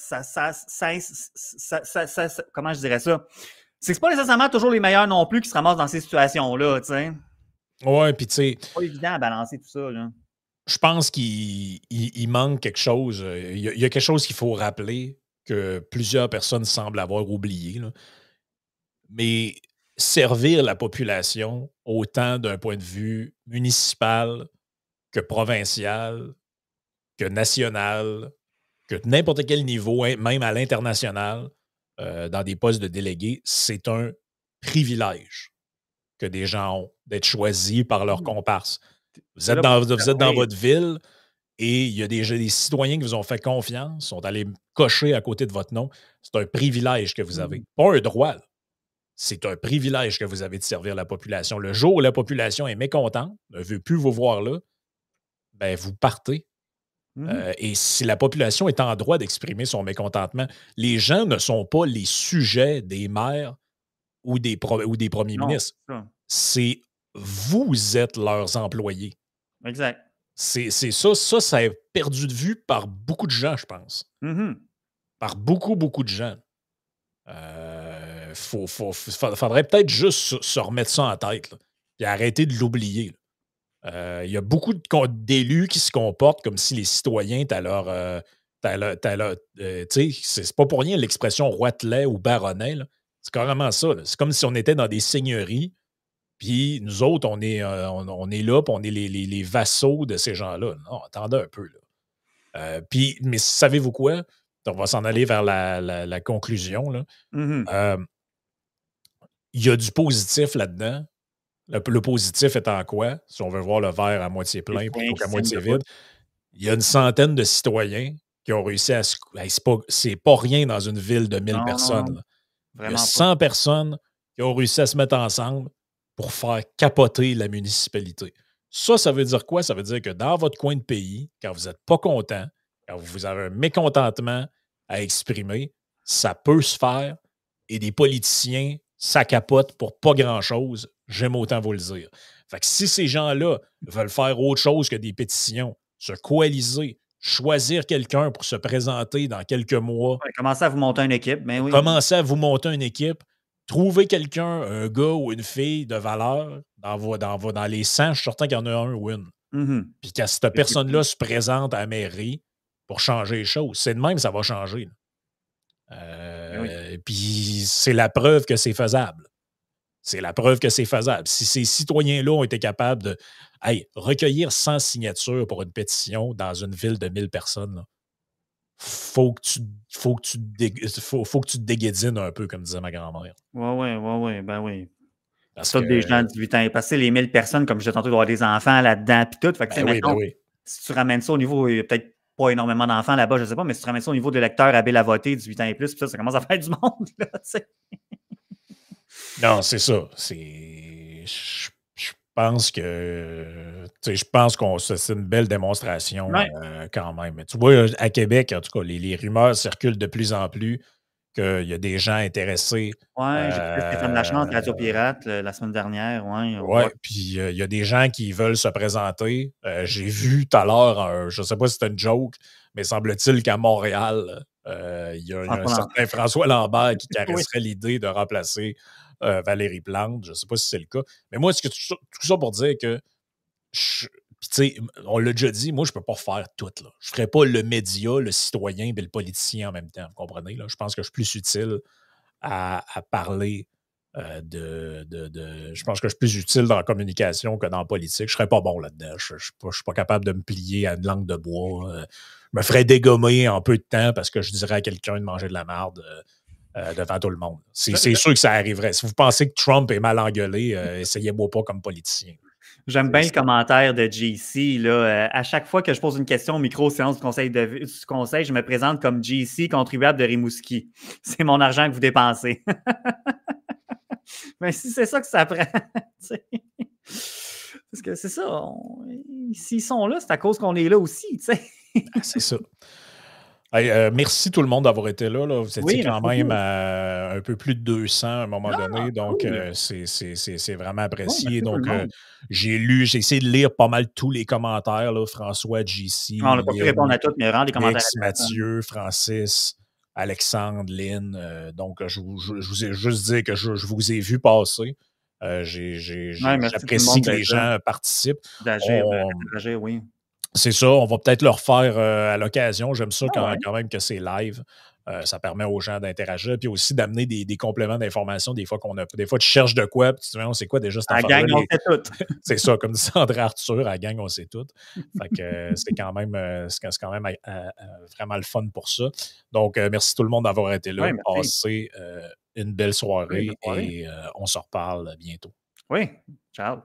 comment je dirais ça? C'est pas nécessairement toujours les meilleurs non plus qui se ramassent dans ces situations-là, tu sais. Ouais, puis tu sais. C'est pas évident à balancer tout ça, là. Je pense qu'il manque quelque chose. Il y a quelque chose qu'il faut rappeler que plusieurs personnes semblent avoir oublié, là. Mais servir la population autant d'un point de vue municipal que provincial, que national, que n'importe quel niveau, même à l'international, dans des postes de délégués, c'est un privilège que des gens ont d'être choisis par leurs comparses. Vous êtes dans votre ville et il y a des citoyens qui vous ont fait confiance, sont allés cocher à côté de votre nom. C'est un privilège que vous avez. Pas un droit, là. C'est un privilège que vous avez de servir la population. Le jour où la population est mécontente, ne veut plus vous voir là, ben vous partez. Et si la population est en droit d'exprimer son mécontentement, les gens ne sont pas les sujets des maires ou des premiers ministres. C'est vous êtes leurs employés. Exact. C'est ça. Ça est perdu de vue par beaucoup de gens, je pense. Par beaucoup, beaucoup de gens. Faudrait peut-être juste se remettre ça en tête, là, et arrêter de l'oublier. Il y a beaucoup d'élus qui se comportent comme si les citoyens étaient c'est pas pour rien l'expression roitelet ou baronnet. C'est carrément ça. C'est comme si on était dans des seigneuries, puis nous autres, on est là, puis on est les vassaux de ces gens-là. Non, attendez un peu. Là. Mais savez-vous quoi? On va s'en aller vers la conclusion. Là. Il y a du positif là-dedans. Le positif étant quoi? Si on veut voir le verre à moitié plein plutôt qu'à moitié vide, il y a une centaine de citoyens qui ont réussi à se. C'est pas rien dans une ville de 1000 personnes. Là. Il y a 100 personnes qui ont réussi à se mettre ensemble pour faire capoter la municipalité. Ça veut dire quoi? Ça veut dire que dans votre coin de pays, quand vous n'êtes pas content, quand vous avez un mécontentement à exprimer, ça peut se faire et des politiciens, ça capote pour pas grand-chose. J'aime autant vous le dire. Fait que si ces gens-là veulent faire autre chose que des pétitions, se coaliser, choisir quelqu'un pour se présenter dans quelques mois. Commencez à vous monter une équipe, ben oui. Commencez à vous monter une équipe. Trouvez quelqu'un, un gars ou une fille de valeur dans les 100, je suis certain qu'il y en a un ou une. Puis quand cette personne-là se présente à la mairie pour changer les choses, c'est de même que ça va changer. Puis c'est la preuve que c'est faisable. C'est la preuve que c'est faisable. Si ces citoyens-là ont été capables de recueillir 100 signatures pour une pétition dans une ville de 1000 personnes, faut que tu te déguédines un peu, comme disait ma grand-mère. Oui, ben oui. Parce que des gens de 18 ans. Parce que les 1000 personnes, comme je disais tantôt, il doit y avoir des enfants là-dedans, puis tout. Fait que, si tu ramènes ça au niveau, il y a peut-être pas énormément d'enfants là-bas, je ne sais pas, mais si tu ramènes ça au niveau des lecteurs habiles à voter, 18 ans et plus, puis ça commence à faire du monde, là, tu sais. Non, c'est ça. Je pense que. Je pense que c'est une belle démonstration quand même. Mais tu vois, à Québec, en tout cas, les rumeurs circulent de plus en plus qu'il y a des gens intéressés. Oui, j'ai écouté Stéphane Lachance, Radio Pirate, la semaine dernière. Oui, puis il y a des gens qui veulent se présenter. J'ai vu tout à l'heure, je ne sais pas si c'était une joke, mais semble-t-il qu'à Montréal, il y a un certain François Lambert qui caresserait l'idée de remplacer Valérie Plante. Je ne sais pas si c'est le cas. Mais moi, tout ça pour dire que, on l'a déjà dit, moi, je ne peux pas faire tout. Là. Je ne ferai pas le média, le citoyen et le politicien en même temps. Vous comprenez? Là? Je pense que je suis plus utile à parler je pense que je suis plus utile dans la communication que dans la politique. Je ne serais pas bon là-dedans. Je ne suis pas capable de me plier à une langue de bois. Je me ferais dégommer en peu de temps parce que je dirais à quelqu'un de manger de la merde. devant tout le monde. C'est sûr que ça arriverait. Si vous pensez que Trump est mal engueulé, essayez-moi pas comme politicien. J'aime bien le commentaire de JC. Là, à chaque fois que je pose une question au micro séance du conseil, je me présente comme JC, contribuable de Rimouski. C'est mon argent que vous dépensez. Mais si c'est ça que ça prend, parce que c'est ça. S'ils sont là, c'est à cause qu'on est là aussi. C'est ça. Hey, merci tout le monde d'avoir été là. Vous étiez quand même à un peu plus de 200 à un moment donné. Donc, cool. C'est vraiment apprécié. Donc, j'ai essayé de lire pas mal tous les commentaires. Là, François, JC. On n'a pas pu répondre à tous, mais vraiment des commentaires. Mathieu, Francis, Alexandre, Lynn. Donc, je vous ai juste dit que je vous ai vu passer. J'apprécie que les gens participent. D'agir, oui. C'est ça, on va peut-être le refaire à l'occasion. J'aime ça quand même que c'est live. Ça permet aux gens d'interagir, puis aussi d'amener des compléments d'information. Des fois, tu cherches de quoi, puis tu te dis, c'est quoi déjà cette affaire-là? À la gang, on sait tout. C'est ça, comme disait André Arthur, à la gang, on sait tout. Fait que c'est quand même vraiment le fun pour ça. Donc, merci tout le monde d'avoir été là. Passez une belle soirée et on se reparle bientôt. Oui, ciao.